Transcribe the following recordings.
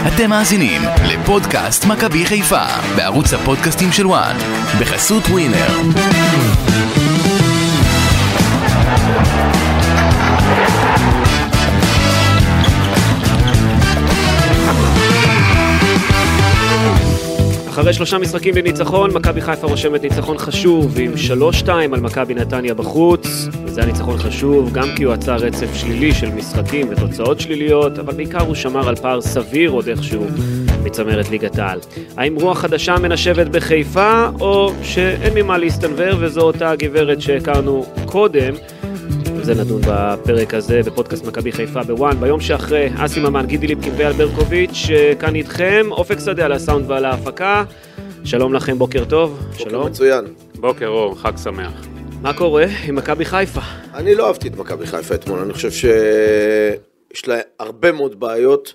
אתם מאזינים לפודקאסט מכבי חיפה בערוץ הפודקאסטים של וואן בחסות ווינר. אחרי 3 משחקים לניצחון, מכבי חיפה רושמת ניצחון חשוב עם 3-2 על מכבי נתניה בחוץ. וזה הניצחון חשוב גם כי הוא עצר רצף שלילי של משחקים ותוצאות שליליות, אבל בעיקר הוא שמר על פער סביר עוד איכשהו מצמרת ליגת העל. האם רוח חדשה מנשבת בחיפה, או שאין ממה להסתנבר וזו אותה הגברת שהכרנו קודם? זה נדון בפרק הזה בפודקאסט מכבי חיפה בוואן. ביום שאחרי, אסי ממן, גידי ליפקין ואייל ברקוביץ' כאן איתכם, אופק שדה על הסאונד ועל ההפקה. שלום לכם, בוקר טוב. בוקר שלום. מצוין. בוקר אור, חג שמח. מה קורה עם מכבי חיפה? אני לא אהבתי את מכבי חיפה אתמול, אני חושב שיש לה הרבה מאוד בעיות.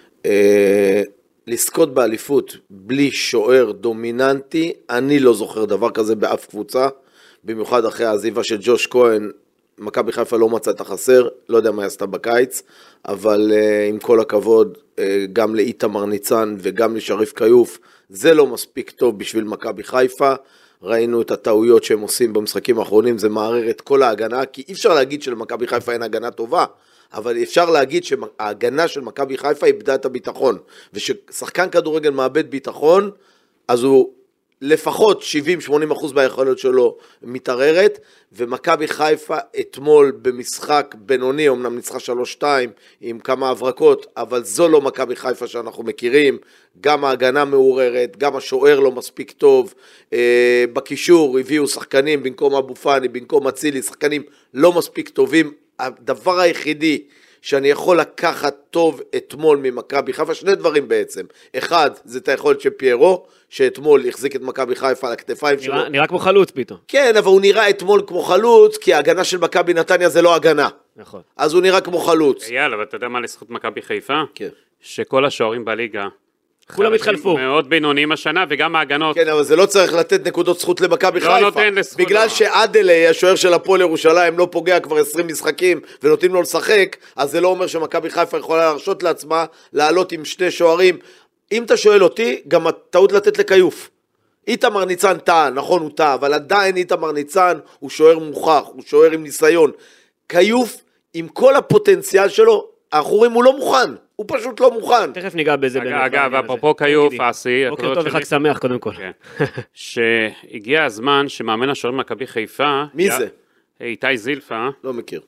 לזכות באליפות בלי שוער דומיננטי, אני לא זוכר דבר כזה באף קבוצה, במיוחד אחרי העזיבה של ג'וש כהן. מכבי חיפה לא מצא את החסר, לא יודע מה היא עשתה בקיץ, אבל עם כל הכבוד, גם לאיתמר ניצן וגם לשריף קיוף, זה לא מספיק טוב בשביל מכבי חיפה. ראינו את הטעויות שהם עושים במשחקים האחרונים, זה מערער את כל ההגנה, כי אי אפשר להגיד שלמכבי חיפה אין הגנה טובה, אבל אפשר להגיד שההגנה של מכבי חיפה איבדה את הביטחון, וששחקן כדורגל מאבד ביטחון, אז הוא לפחות 70-80% מהיכולת שלו מתערערת, ומכבי חיפה אתמול במשחק בינוני, אמנם ניצחה 3-2 עם כמה הברקות, אבל זו לא מכבי חיפה שאנחנו מכירים. גם ההגנה מעוררת, גם השוער לא מספיק טוב, בקישור הביאו שחקנים במקום אבו פאני, במקום אצילי, שחקנים לא מספיק טובים. הדבר היחידי שאני יכול לקחת טוב אתמול ממכבי חיפה, 2 דברים בעצם. אחד, זה את היכולת של פיירו, שאתמול החזיק את מכבי חיפה על הכתפיים שלו. נראה כמו חלוץ פתאום. כן, אבל הוא נראה אתמול כמו חלוץ, כי ההגנה של מכבי נתניה זה לא הגנה. נכון. אז הוא נראה כמו חלוץ. אייל, אבל אתה יודע מה לזכות מכבי חיפה? כן. שכל השוערים בליגה כולם התחלפו. מאוד בינוניים השנה, וגם ההגנות. כן, אבל זה לא צריך לתת נקודות זכות למכבי חיפה. לא נותן לזכות. בגלל שעדלי, השוער של הפועל ירושלים, לא פוגע כבר 20 משחקים, ונותנים לו לשחק, אז זה לא אומר שמכבי חיפה יכולה להרשות לעצמה, לעלות עם 2 שוערים. אם אתה שואל אותי, גם הטעות לתת לקיוף. איתמר ניצן טעה, נכון הוא טעה, אבל עדיין איתמר ניצן הוא שוער מוכח, הוא שוער עם ניסיון. קיוף, עם כל הפוטנציאל שלו, האחורים הוא לא מוכן, הוא פשוט לא מוכן. תכף ניגע בזה. אגב, אפרופו קיוף, אסי, בוקר טוב וחג שמח קודם כל. שהגיע הזמן שמאמן השוערים מכבי חיפה, מי זה? איתי זילפה, לא מכיר.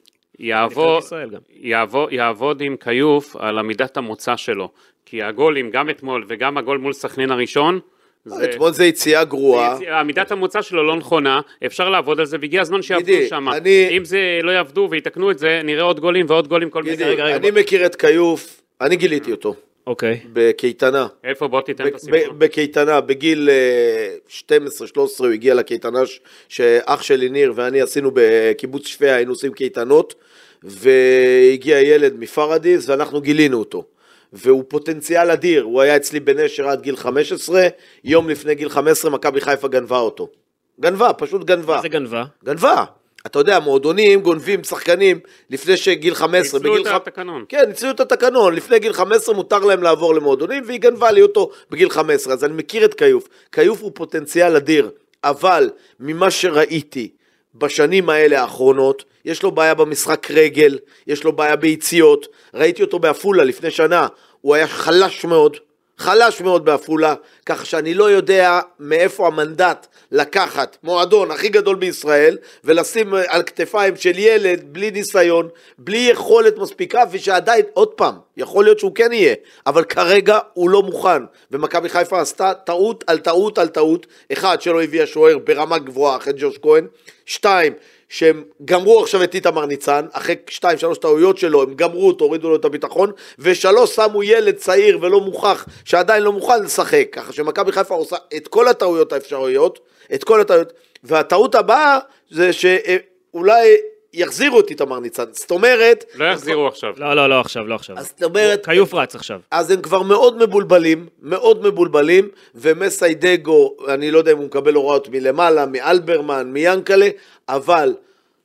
יעבוד עם קיוף על עמידת המוצא שלו, כי הגולים, גם אתמול וגם הגול מול סכנין הראשון, אתמול זה יציאה גרועה. עמידת המוצא שלו לא נכונה, אפשר לעבוד על זה, והגיע הזמן שיעבדו שם. אם זה לא יעבדו ויתקנו את זה, נראה עוד גולים ועוד גולים כל משחק. אני מכיר את קיוף, אני גיליתי אותו. אוקיי. בקייטנה. איפה? בוא תיתן את הסיפור. בקייטנה, בגיל 12-13 הוא הגיע לקייטנה שאח שלי ניר ואני עשינו בקיבוץ שפיה, היינו עושים קייטנות, והגיע ילד מפרדיס ואנחנו גילינו אותו. והוא פוטנציאל אדיר, הוא היה אצלי בנשר עד גיל 15, יום לפני גיל 15 מכבי חיפה גנבה אותו. גנבה, פשוט גנבה. מה זה גנבה? גנבה. אתה יודע, מועדונים גונבים שחקנים לפני שגיל 15. ניצלו את התקנון. כן, ניצלו את התקנון. לפני גיל 15 מותר להם לעבור למועדונים, והיא גנבה לי אותו בגיל 15. אז אני מכיר את קיוף. קיוף הוא פוטנציאל אדיר, אבל ממה שראיתי בשנים האלה האחרונות, יש לו בעיה במשחק רגל, יש לו בעיה ביציאות. ראיתי אותו באפולה לפני שנה, הוא היה חלש מאוד באפולה, כך שאני לא יודע מאיפה המנדט לקחת מועדון הכי גדול בישראל, ולשים על כתפיים של ילד בלי ניסיון, בלי יכולת מספיקה, ושעדיין, עוד פעם, יכול להיות שהוא כן יהיה, אבל כרגע הוא לא מוכן, ומכבי חיפה עשתה טעות על טעות על טעות. אחד, שלא הביא השוער ברמה גבוהה אחרי ג'וש כהן. 2, שהם גמרו עכשיו את איתמר ניצן, אחרי 2-3 טעויות שלו, הם גמרו אותו, הורידו לו את הביטחון, ו3, שמו ילד צעיר ולא מוכח, שעדיין לא מוכן לשחק, ככה שמכבי חיפה עושה את כל הטעויות האפשריות, את כל הטעויות, והטעות הבאה זה שאולי יחזירו את איתמר ניצן, זאת אומרת... לא יחזירו עכשיו. לא עכשיו. אז זאת אומרת... קיוף רץ עכשיו. אז הם כבר מאוד מבולבלים, ומסיידגו, אני לא יודע אם הוא מקבל הוראות מלמעלה, מאלברמן, מיאנקלה, אבל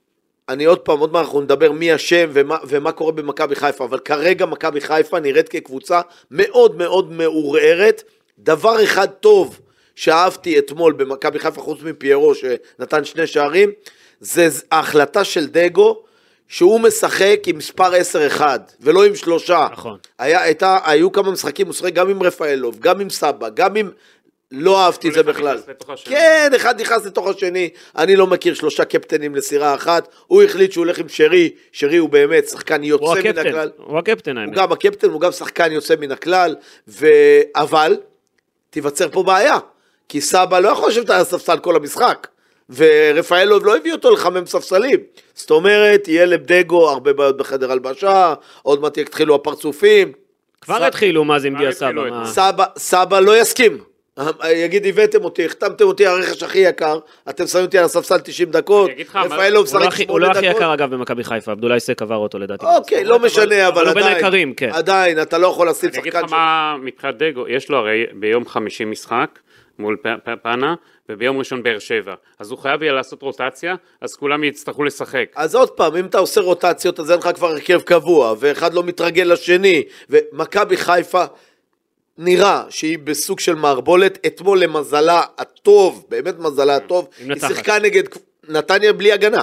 אני עוד פעם, עוד מעט אנחנו נדבר מי השם ומה קורה במכבי חיפה, אבל כרגע מכבי חיפה נראית כקבוצה מאוד מאוד מעורערת. דבר אחד טוב שאהבתי אתמול במכבי חיפה, חוץ מפיירו שנתן 2 שערים, זה ההחלטה של דגו, שהוא משחק עם מספר 10-1, ולא עם 3. נכון. היו כמה משחקים, הוא שחק גם עם רפאלוב, גם עם סבא, גם עם... לא אהבתי את זה בכלל. כן, אחד נכנס לתוך השני, אני לא מכיר 3 קפטנים לסירה אחת, הוא החליט שהוא הולך עם שרי הוא באמת שחקן יוצא מן הכלל. הוא הקפטן. הוא גם הקפטן, הוא גם שחקן יוצא מן הכלל, אבל תיווצר פה בעיה, כי סבא לא יכול לשבת על הספסל כל המשחק, ורפאלוב לא הביא אותו לחמם ספסלים, זאת אומרת, יהיה לבדגו הרבה בעיות בחדר הלבשה, עוד מעט יתחילו הפרצופים. כבר התחילו, מה זה עם דיה סבא? סבא לא יסכים. יגיד, הבאתם אותי, החתמתם אותי הרכש הכי יקר, אתם שמים אותי על הספסל 90 דקות, רפאלוב שחק 8 דקות. הוא לא הכי יקר אגב במכבי חיפה, עבדולאי סק עבר אותו לדעתי. אוקיי, לא משנה, אבל עדיין, אתה לא יכול לשים שחקן. אני אגיד לך מה מבחינת דגו, יש לו הרי ביום 5 משחק מול פאנה, וביום ראשון באר שבע, אז הוא חייב לעשות רוטציה, אז כולם יצטרכו לשחק. אז עוד פעם, אם אתה עושה רוטציות, אז אין לך כבר הרכב קבוע, ואחד לא מתרגל לשני, ומכבי חיפה נראה שהיא בסוג של מערבולת. אתמול למזלה הטוב, באמת מזלה הטוב, היא שיחקה נגד נתניה בלי הגנה.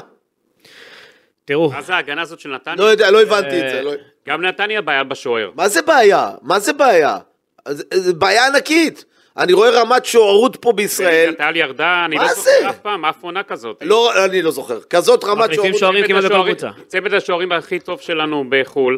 תראו. מה זה ההגנה הזאת של נתניה? לא יודע, לא הבנתי את זה. גם נתניה בעיה בשוער. מה זה בעיה? מה זה בעיה? זה בעיה ענקית. אני רואה רמת שוערות פה בישראל. נתניה ירדה, אני לא זוכר אף פעם, אף עונה כזאת. לא, אני לא זוכר. כזאת רמת שוערות. צמד השוערים הכי טוב שלנו בחול.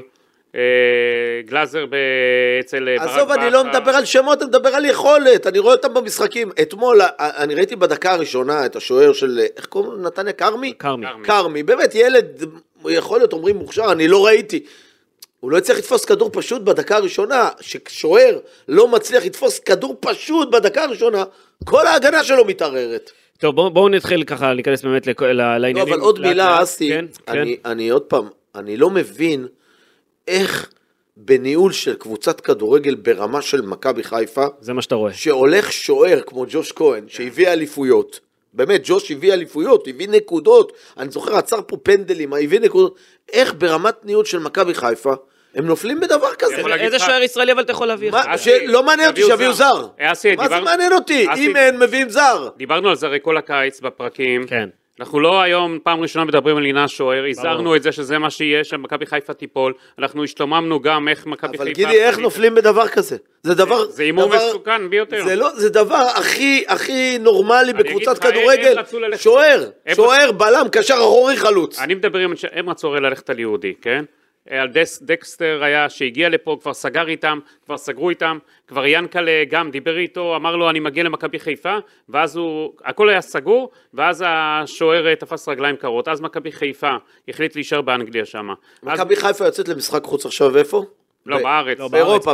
גלאזר אצל ברק עזוב, אני לא מדבר על שמות, אני מדבר על יכולת, אני רואה אותם במשחקים. אתמול, אני ראיתי בדקה הראשונה את השוער של, איך קוראים לו, נתניה? קרמי, באמת ילד, יכול להיות, אומרים מוכשר, אני לא ראיתי. הוא לא הצליח לתפוס כדור פשוט בדקה הראשונה, ששוער לא מצליח לתפוס כדור פשוט בדקה הראשונה, כל ההגנה שלו מתערערת. טוב, בואו נתחיל ככה, להיכנס באמת לעניינים. אבל עוד מילה, אסי, אני עוד פעם, אני לא מבין איך בניהול של קבוצת כדורגל ברמה של מכבי חיפה, זה מה שאתה רואה, שהולך שוער כמו ג'וש כהן, שהביא אליפויות, באמת ג'וש הביא אליפויות, הביא נקודות, אני זוכר עצר פה פנדלים, הביא נקודות, איך ברמת ניהול של מכבי חיפה, הם נופלים בדבר כזה. איזה שוער ישראלי אבל אתה יכול להביא? לא מעניין אותי שיביאו זר. מה זה מעניין אותי? אם אין מביאים זר. דיברנו על זה הרי כל הקיץ בפרקים. כן. אנחנו לא היום פעם ראשונה מדברים על לינה שוער, הזהרנו את זה שזה מה שיהיה, שמכבי חיפה תיפול, אנחנו השתוממנו גם איך מכבי חיפה... אבל גידי, איך נופלים בדבר כזה? זה אימור מסוכן ביותר. זה דבר הכי נורמלי בקבוצת כדורגל, שוער, בלם, קשר אחורי, חלוץ. אני מדבר עם הם רצו הרי ללכת על יהודי, כן? על דקסטר היה שהגיע לפה, כבר סגר איתם, כבר סגרו איתם, כבר ינקלה גם דיבר איתו, אמר לו אני מגיע למכבי חיפה, ואז הכל היה סגור, ואז השוער תפס רגליים קרות, אז מכבי חיפה החליט להישאר באנגליה שם. מכבי חיפה יוצאת למשחק חוץ עכשיו ואיפה? לא, בארץ. באירופה.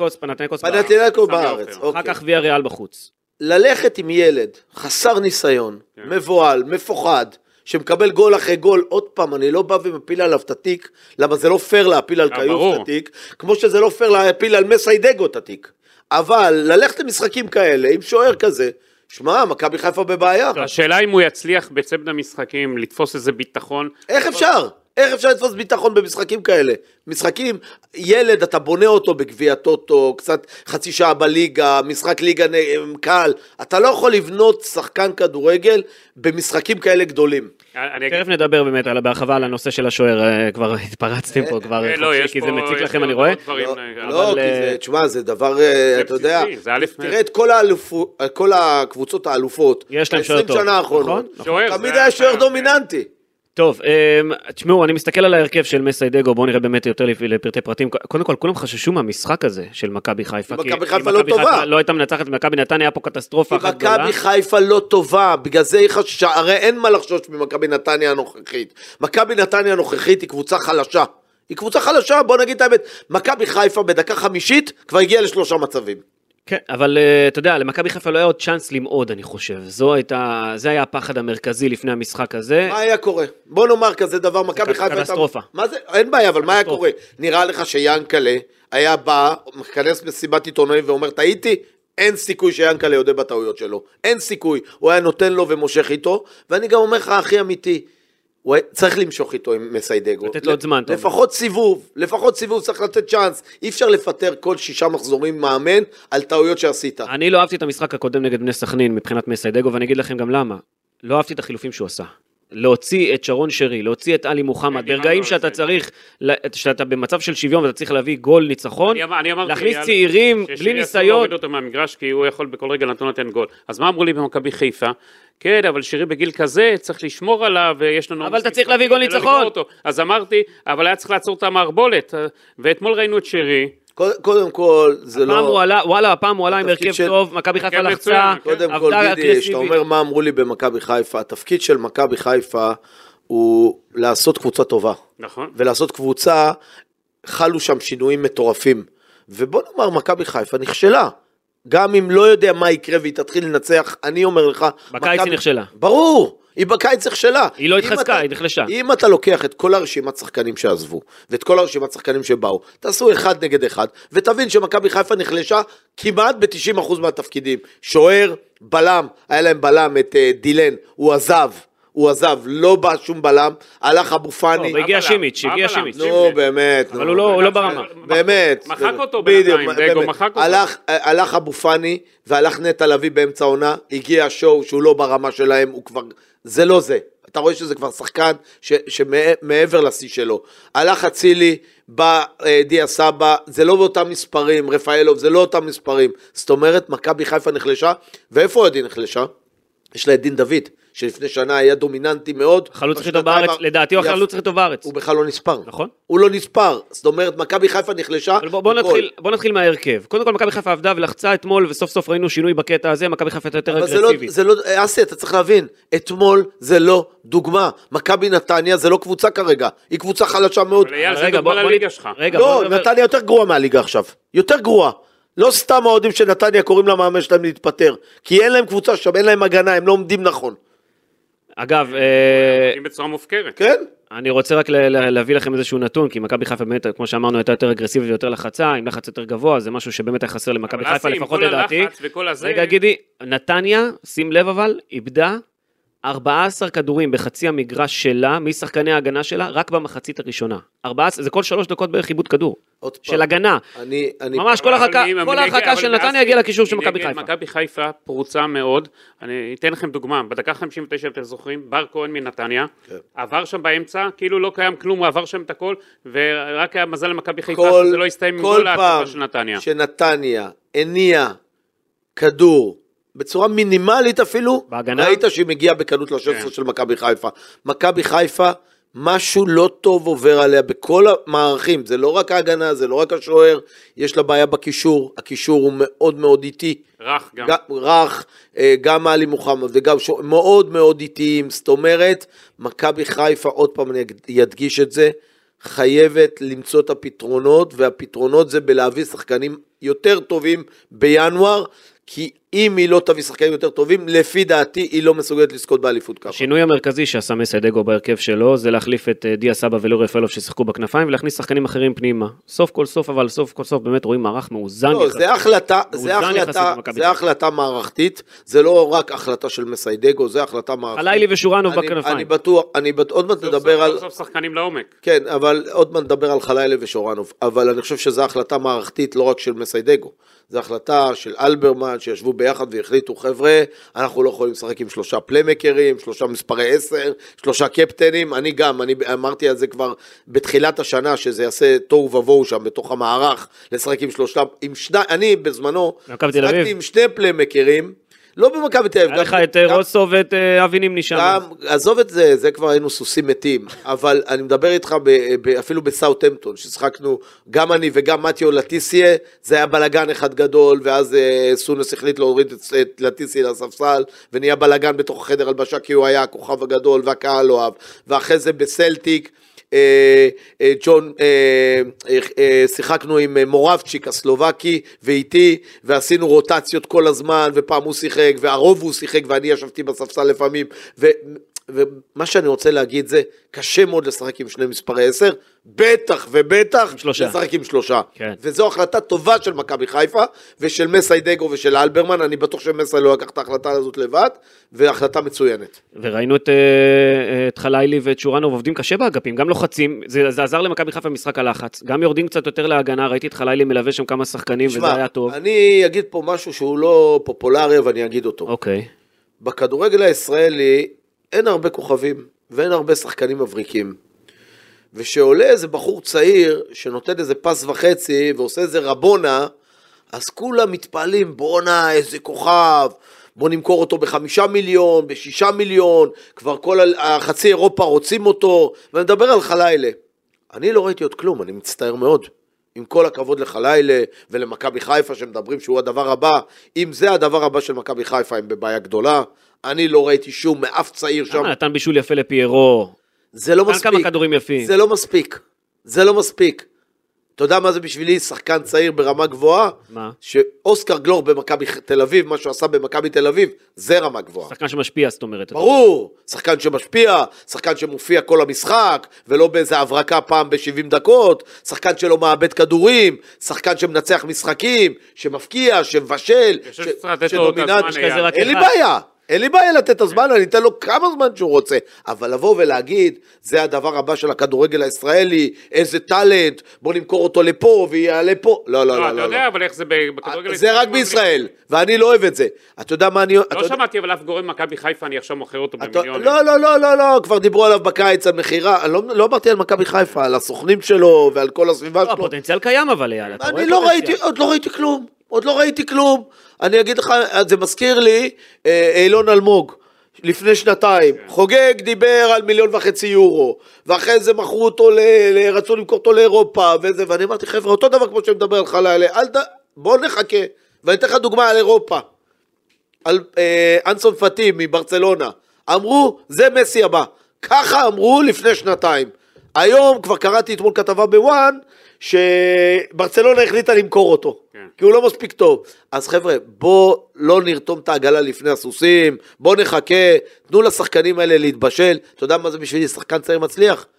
פנתיאיקוס בארץ. אחר כך ויה ריאל בחוץ. ללכת עם ילד, חסר ניסיון, מבועל, מפוחד, שמקבל גול אחרי גול, עוד פעם, אני לא בא ומפיל עליו את התיק, למה זה לא פייר להפיל על קיוף את התיק, כמו שזה לא פייר להפיל על מסיידגו את התיק. אבל ללכת למשחקים כאלה, עם שוער כזה, שמע, מכבי חיפה בבעיה. השאלה אם הוא יצליח בצמד המשחקים, לתפוס איזה ביטחון. איך אפשר? איך אפשר לתפוס ביטחון במשחקים כאלה? משחקים, ילד, אתה בונה אותו בגביע טוטו, קצת חצי שעה בליגה, משחק ליגה קל, אתה לא יכול לבנות שחקן כדורגל במשחקים כאלה גדולים. תכף נדבר באמת בהרחבה על הנושא של השוער, כבר התפרצת פה, כי זה מציק לכם אני רואה. לא, כי זה, תשמע, זה דבר, אתה יודע, תראה את כל הקבוצות האלופות, יש להם שוער טוב, נכון? תמיד היה שוער דומיננטי. טוב, תשמעו, אני מסתכל על ההרכב של מסיידגו, בואו נראה באמת יותר לפרטי פרטים. קודם כל, כולם חששו מהמשחק הזה של מכבי חיפה. מכבי חיפה לא טובה. לא הייתה מנצחת, מכבי נתניה היה פה קטסטרופה אחת גדולה. מכבי חיפה לא טובה, בגלל זה היא חששה, הרי אין מה לחשוש ממכבי נתניה הנוכחית. מכבי נתניה הנוכחית היא קבוצה חלשה. היא קבוצה חלשה, בואו נגיד את האמת, מכבי חיפה בדקה 50 כבר הגיעה ל3 מצבים. כן, אבל אתה יודע, למכבי חיפה לא היה עוד צ'אנס למעוד, אני חושב. זה היה הפחד המרכזי לפני המשחק הזה. מה היה קורה? בוא נאמר כזה דבר, מכבי חיפה... קטסטרופה. מה זה? אין בעיה, אבל מה היה קורה? נראה לך שיאנקלה היה בא, מכנס מסיבת עיתונאים ואומר, טעיתי? אין סיכוי שיאנקלה יודע בטעויות שלו. אין סיכוי. הוא היה נותן לו ומושך איתו, ואני גם אומר לך, הכי אמיתי, צריך למשוך איתו עם מסיידגו. לתת לו עוד זמן. לפחות סיבוב צריך לתת צ'אנס. אי אפשר לפטר כל 6 מחזורים מאמן על טעויות שעשית. אני לא אהבתי את המשחק הקודם נגד בני סכנין מבחינת מסיידגו, ואני אגיד לכם גם למה. לא אהבתי את החילופים שהוא עשה. להוציא את שרון שרי, להוציא את אלי מוחמד, ברגעים שאתה צריך, שאתה במצב של שוויון ואתה צריך להביא גול ניצחון, להכניס צעירים בלי ניסיון. להוריד אותו מהמגרש כי הוא יכול בכל רגע נותן גול. אז מה אמרו לי במכבי חיפה? כן, אבל שרי בגיל כזה צריך לשמור עליו, ויש לנו... אבל אתה צריך להביא גול ניצחון. אז אמרתי, אבל היה צריך לעצור את המערבולת, ואתמול ראינו את שרי. קודם כל, זה לא... הפעם הוא עלה עם הרכב טוב, מכבי חיפה לחצה, קודם כל, גידי, שאתה אומר מה אמרו לי במכבי חיפה, התפקיד של מכבי חיפה הוא לעשות קבוצה טובה. נכון. ולעשות קבוצה, חלו שם שינויים מטורפים. ובוא נאמר, מכבי חיפה נכשלה. גם אם לא יודע מה יקרה והיא תתחיל לנצח, אני אומר לך... בקיץ היא נכשלה. ברור, היא בקיץ נכשלה. היא לא התחזקה, היא נחלשה. אם אתה לוקח את כל הרשימת שחקנים שעזבו, ואת כל הרשימת שחקנים שבאו, תעשו 1 נגד 1, ותבין שמכבי חיפה נחלשה כמעט ב-90% מהתפקידים. שוער, בלם, היה להם בלם את דילן, הוא עזב, לא בא שום בלם, הלך אבו פאני. לא, והגיע שימיץ'. נו, באמת. אבל הוא לא ברמה. באמת. מחק אותו בינתיים, דגו מחק אותו. הלך אבו פאני, והלך נטע לביא באמצע עונה, הגיע השואו שהוא לא ברמה שלהם, הוא כבר, זה לא זה. אתה רואה שזה כבר שחקן שמעבר לשיא שלו. הלך אצילי, בא דיה סבא, זה לא באותם מספרים, רפאלוב, זה לא אותם מספרים. זאת אומרת, מכבי חיפה נחלשה, ואיפה עוד היא נחלשה? יש לה את דין דוד, שלפני שנה היה דומיננטי מאוד. חלוץ הכי טוב בארץ, לדעתי הוא החלוץ הכי טוב בארץ. הוא בכלל לא נספר. נכון. הוא לא נספר, זאת אומרת, מכבי חיפה נחלשה. בוא נתחיל מההרכב. קודם כל, מכבי חיפה עבדה ולחצה אתמול, וסוף סוף ראינו שינוי בקטע הזה, מכבי חיפה יותר אגרסיבית. זה לא, אסי, אתה צריך להבין, אתמול זה לא דוגמה. מכבי נתניה זה לא קבוצה כרגע, היא קבוצה חלשה מאוד. רגע, בוא לליגה שלך. לא, נתניה יותר גרועה מהליגה עכשיו. יותר גרועה. לא סתם האוהדים של נתניה קוראים למאמן שלהם להתפטר, כי אין להם קבוצה שם, אין להם הגנה, הם לא עומדים נכון. אגב, בצורה מופקרת. כן? אני רוצה רק להביא לכם איזשהו נתון, כי מכבי חיפה באמת, כמו שאמרנו, הייתה יותר אגרסיבית ויותר לחצה, עם לחץ יותר גבוה, זה משהו שבאמת היה חסר למכבי חיפה, לפחות לדעתי. רגע, גידי, נתניה, שים לב אבל, איבדה 14 כדורים בחצי המגרש שלה, משחקני ההגנה שלה, רק במחצית הראשונה. 14, זה כל 3 דקות בערך איבוד כדור. של הגנה. ממש כל הרחקה של נתניה הגיעה לקישור של מכבי חיפה. מכבי חיפה פרוצה מאוד. אני אתן לכם דוגמה. בדקה 59 אתם זוכרים, בר כהן מנתניה, עבר שם באמצע, כאילו לא קיים כלום, הוא עבר שם את הכל, ורק היה מזל למכבי חיפה, שזה לא הסתיים עם גול ההתקפה של נתניה. שנתניה הניע כדור בצורה מינימלית אפילו, ראית שהיא מגיעה בקלות ל-16 של מכבי חיפה. מכבי חיפה, משהו לא טוב עובר עליה בכל המערכים, זה לא רק ההגנה, זה לא רק השוער, יש לה בעיה בקישור, הקישור הוא מאוד מאוד איטי. רך גם. גם אלי מוחמד וגם מאוד מאוד איטיים, זאת אומרת, מכבי חיפה, עוד פעם אני אדגיש את זה, חייבת למצוא את הפתרונות, והפתרונות זה בלהביא שחקנים יותר טובים בינואר, כי אם היא לא תביא שחקנים יותר טובים, לפי דעתי היא לא מסוגלת לזכות באליפות ככה. השינוי המרכזי שעשה מסיידגו בהרכב שלו, זה להחליף את דיה סבא ולא רפאלוב ששיחקו בכנפיים, ולהכניס שחקנים אחרים פנימה. סוף כל סוף באמת רואים מערך מאוזן. לא, זה החלטה מערכתית, זה לא רק החלטה של מסיידגו, זה החלטה מערכתית. חלילי ושורנוב בכנפיים. עוד מעט נדבר על... סוף שחקנים לעומק. כן, אבל עוד מעט נדבר על חלילי ושורנוב, אבל אני חושב שזו החלטה מערכתית לא רק של מסיידגו, זו החלטה של אלברמן שישבו ביחד והחליטו, חבר'ה, אנחנו לא יכולים לשחק עם 3 פליימקרים, 3 מספרי 10, 3 קפטנים, אני אמרתי על זה כבר בתחילת השנה, שזה יעשה תוהו ובוהו שם בתוך המערך, לשחק עם 3, אני בזמנו, שחקתי עם 2 פליימקרים, לא במכבי תל אביב. היה לך את רוסו ואת אבינים נשאר. עזוב את זה, זה כבר היינו סוסים מתים, אבל אני מדבר איתך אפילו בסאוטהמפטון, ששחקנו גם אני וגם מתיו לטיסיה, זה היה בלגן אחד גדול, ואז סונס החליט להוריד את לטיסיה לספסל, ונהיה בלגן בתוך החדר הלבשה, כי הוא היה הכוכב הגדול והקהל אוהב, ואחרי זה בסלטיק, שיחקנו עם מורבצ'יק הסלובקי ואיתי, ועשינו רוטציות כל הזמן, ופעם הוא שיחק והרוב הוא שיחק ואני ישבתי בספסל לפעמים, ומה שאני רוצה להגיד זה, קשה מאוד לשחק עם שני מספרי 10, בטח ובטח לשחק עם 3. כן. וזו החלטה טובה של מכבי חיפה, ושל מסיידגו ושל אלברמן, אני בטוח שמסי לא לקח את ההחלטה הזאת לבד, והחלטה מצוינת. וראינו את חלילי ואת שורנוב עובדים קשה באגפים, גם לוחצים, זה עזר למכבי חיפה במשחק הלחץ, גם יורדים קצת יותר להגנה, ראיתי את חלילי מלווה שם כמה שחקנים, וזה היה טוב. אני אגיד פה משהו שהוא לא פופולרי, ואני אגיד אותו. אוקיי. בכדורגל הישראלי אין הרבה כוכבים, ואין הרבה שחקנים מבריקים. ושעולה איזה בחור צעיר, שנותן איזה פס וחצי, ועושה איזה רבונה, אז כולם מתפעלים, בונה איזה כוכב, בוא נמכור אותו ב5 מיליון, ב6 מיליון, כבר כל החצי אירופה רוצים אותו, ואני מדבר על חלילה. אני לא ראיתי עוד כלום, אני מצטער מאוד. עם כל הכבוד לחלילה ולמכבי חיפה שמדברים שהוא הדבר הבא, אם זה הדבר הבא של מכבי חיפה, הם בבעיה גדולה, אני לא ראיתי שום מאף צעיר שם. נתן בישול יפה לפיירו. זה לא מספיק. כמה כדורים יפים. זה לא מספיק. זה לא מספיק. אתה יודע מה זה בשבילי שחקן צעיר ברמה גבוהה? מה? שאוסקר גלור במכבי תל אביב, מה שהוא עשה במכבי תל אביב, זה רמה גבוהה. שחקן שמשפיע, זאת אומרת. ברור, שחקן שמשפיע, שחקן שמופיע כל המשחק, ולא באיזה הברקה פעם ב-70 דקות, שחקן שלא מאבד כדורים, שחקן שמנצח משחקים, שמפקיע, שמבשל, שדומיננט. אין לי בעיה. אין לי בעיה לתת את הזמן, אני אתן לו כמה זמן שהוא רוצה, אבל לבוא ולהגיד, זה הדבר הבא של הכדורגל הישראלי, איזה טלנט, בוא נמכור אותו לפה ויעלה פה, לא. אתה יודע, אבל איך זה בכדורגל הישראלי? זה רק בישראל, ואני לא אוהב את זה. אתה יודע מה אני... לא שמעתי, אבל אף גורם מכבי חיפה, אני עכשיו מוכר אותו במיליונים. לא, כבר דיברו עליו בקיץ על מחירה, לא אמרתי על מכבי חיפה, על הסוכנים שלו ועל כל הסביבה שלו. הפוטנציאל קיים אבל, יאללה. אני עוד לא ראיתי כלום. אני אגיד לך, זה מזכיר לי, אילון אלמוג, לפני שנתיים, חוגג דיבר על 1.5 מיליון יורו, ואחרי זה מכרו אותו, רצו למכור אותו לאירופה, ואני אמרתי, חבר'ה, אותו דבר כמו שמדבר על חלילה, בוא נחכה, ואני אתן לך דוגמה על אירופה, על אנסון פטי מברצלונה, אמרו, זה מסי הבא, ככה אמרו לפני שנתיים, היום כבר קראתי אתמול כתבה בוואן, שברצלונה החליטה למכור אותו, כי הוא לא מספיק טוב. אז חבר'ה, בוא לא נרתום את העגלה לפני הסוסים, בוא נחכה, תנו לשחקנים האלה להתבשל. אתה יודע מה זה בשבילי שחקן צעיר מצליח?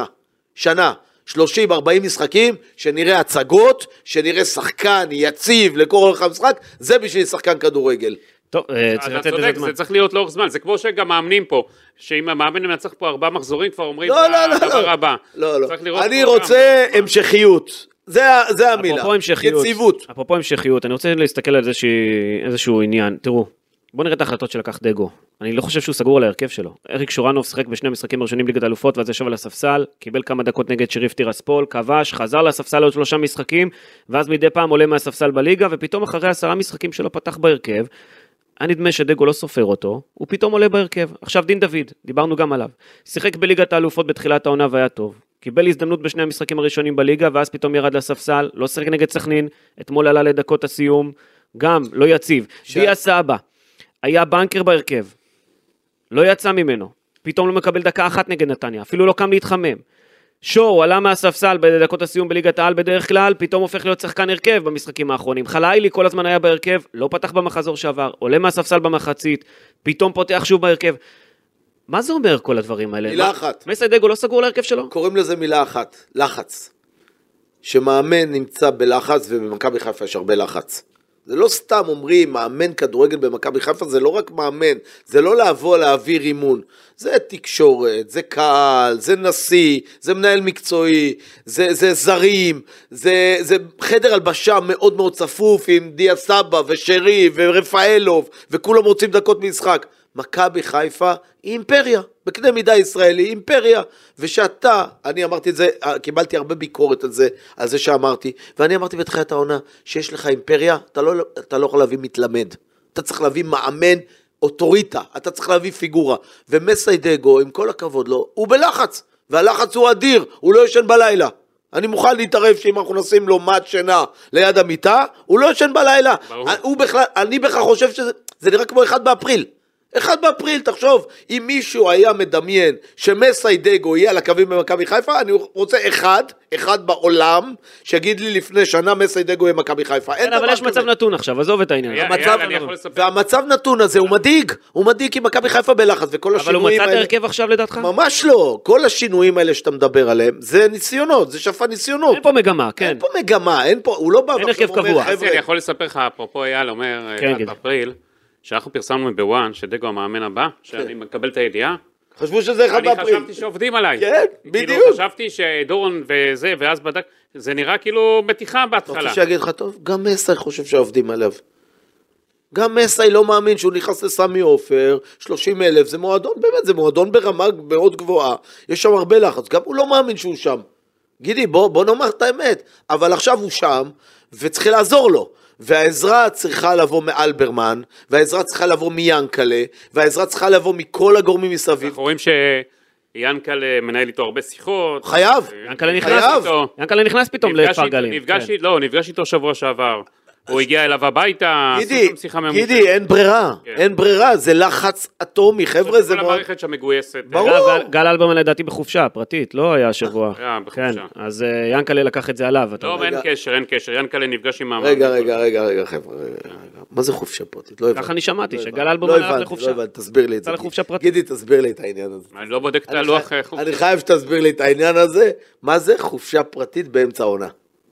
שנה. 30-40 משחקים, שנראה הצגות, שנראה שחקן יציב לכל אורך המשחק, זה בשביל שחקן כדורגל. טוב, צריך לתת לזה זמן. זה צריך להיות לאורך זמן, זה כמו שגם מאמנים פה, שאם המאמן מנצח פה 4 מחזורים, כבר אומרים, זה הדבר הבא. לא. אני רוצה המשכיות. זה המילה. יציבות. אפרופו המשכיות, אני רוצה להסתכל על איזשהו עניין. תראו, בואו נראה את ההחלטות שלקח דגו. אני לא חושב שהוא סגור על ההרכב שלו. אריק שורנוב שחק בשני המשחקים הראשונים ליגת האלופות, ואז ישב על הספסל, קיבל כמה דקות נגד שריף טירספול, כבש, חזר לספסל עוד 3 משחקים, ואז מדי פעם עולה מהספסל בליגה, ופתאום אחרי 10 משחקים שלו פתח בהרכב, אני נדמה שדגו לא סופר אותו, הוא פתאום עולה בהרכב. עכשיו דין דוד, דיברנו גם עליו. שיחק בליגת האלופות בתחילת העונה והיה טוב. קיבל הזדמנות בשני המשחקים הראשונים בליגה, ואז פתאום ירד לספסל, לא שיחק נגד סכנין, אתמול עלה לדקות הסיום, גם לא יציב. דיה סבא, היה בנקר בהרכב, לא יצא ממנו, פתאום לא מקבל דקה אחת נגד נתניה, אפילו לא קם להתחמם. שור עלה מהספסל בדקות הסיום בליגת העל בדרך כלל, פתאום הופך להיות שחקן הרכב במשחקים האחרונים. חלילי כל הזמן היה בהרכב, לא פתח במחזור שעבר, עולה מהספסל במחצית, פתאום פותח שוב בהרכב. מה זה אומר כל הדברים האלה? מילה אחת. מסיידגו לא סגור להרכב שלו? קוראים לזה מילה אחת, לחץ. שמאמן נמצא בלחץ, ובמכבי חיפה יש הרבה לחץ. זה לא סתם אומרים, מאמן כדורגל במכבי חיפה, זה לא רק מאמן, זה לא לבוא להעביר אימון, זה תקשורת, זה קהל, זה נשיא, זה מנהל מקצועי, זה זרים, זה חדר הלבשה מאוד מאוד צפוף עם דיה סבא ושרי ורפאלוב, וכולם רוצים דקות משחק. מכבי חיפה היא אימפריה, בקנה מידה ישראלי, אימפריה, ושאתה, אני אמרתי את זה, קיבלתי הרבה ביקורת על זה שאמרתי, ואני אמרתי בתחילת העונה, שיש לך אימפריה, אתה לא יכול להביא מתלמד, אתה צריך להביא מאמן אוטוריטה, אתה צריך להביא פיגורה, ומסיידגו, עם כל הכבוד לו, הוא בלחץ, והלחץ הוא אדיר, הוא לא ישן בלילה, אני מוכן להתערב שאם אנחנו נשים לו מד שינה ליד המיטה, הוא לא ישן בלילה, אני בכלל חושב שזה נראה כמו 1 באפריל, 1 באפריל, תחשוב, אם מישהו היה מדמיין שמסיידגו יהיה על הקווים במכבי חיפה, אני רוצה אחד בעולם, שיגיד לי לפני שנה מסיידגו יהיה במכבי חיפה. כן, אבל יש מצב נתון עכשיו, עזוב את העניין. והמצב נתון הזה הוא מדאיג כי מכבי חיפה בלחץ, וכל השינויים האלה... אבל הוא מצא את ההרכב עכשיו לדעתך? ממש לא, כל השינויים האלה שאתה מדבר עליהם, זה ניסיונות, זה שפה ניסיונות. אין פה מגמה, כן. אין פה מגמה, הוא לא בא ועכשיו אומר, אני יכול לספר לך, אפרופו אייל אומר, באפריל, שאנחנו פרסמנו בוואן, שדגו המאמן הבא, שאני מקבל את הידיעה. חשבו שזה 1 באפריל. אני חשבתי שעובדים עליי. כן, בדיוק. חשבתי שדורון וזה, ואז בדק, זה נראה כאילו מתיחה בהתחלה. אתה רוצה שיגיד לך טוב? גם מסי חושב שעובדים עליו. גם מסי לא מאמין שהוא נכנס לסמי עופר, 30,000, זה מועדון, באמת, זה מועדון ברמה מאוד גבוהה. יש שם הרבה לחץ, גם הוא לא מאמין שהוא שם. גידי, בוא נאמר את האמת. אבל עכשיו הוא שם, וצריך לעזור לו. והעזרה צריכה לבוא מאלברמן, והעזרה צריכה לבוא מיאנקלה, והעזרה צריכה לבוא מכל הגורמים מסביב. אנחנו רואים שיאנקלה מנהל איתו הרבה שיחות. חייב. יאנקלה נכנס פתאום לכפר גלים. נפגש איתו שבוע שעבר. הוא הגיע אליו הביתה, גידי, אין ברירה, זה לחץ אטומי, חבר'ה, זה כל המערכת שמגויסת. ברור. גל אלברמן לדעתי בחופשה פרטית, לא היה שבוע. היה בחופשה. אז ינקלה לקח את זה עליו. לא, אין קשר, ינקלה נפגש עם רגע, חבר'ה, מה זה חופשה פרטית? לא הבנתי. ככה אני שמעתי, שגל אלברמן הלך לחופשה. לא הבנתי, תסביר לי את זה. גידי, תסביר לי את העניין הזה. אני לא בודק את הלוח חופשה. אני חייב שתסביר לי את העניין הזה, מה זה חופשה פרטית באמצע העונה.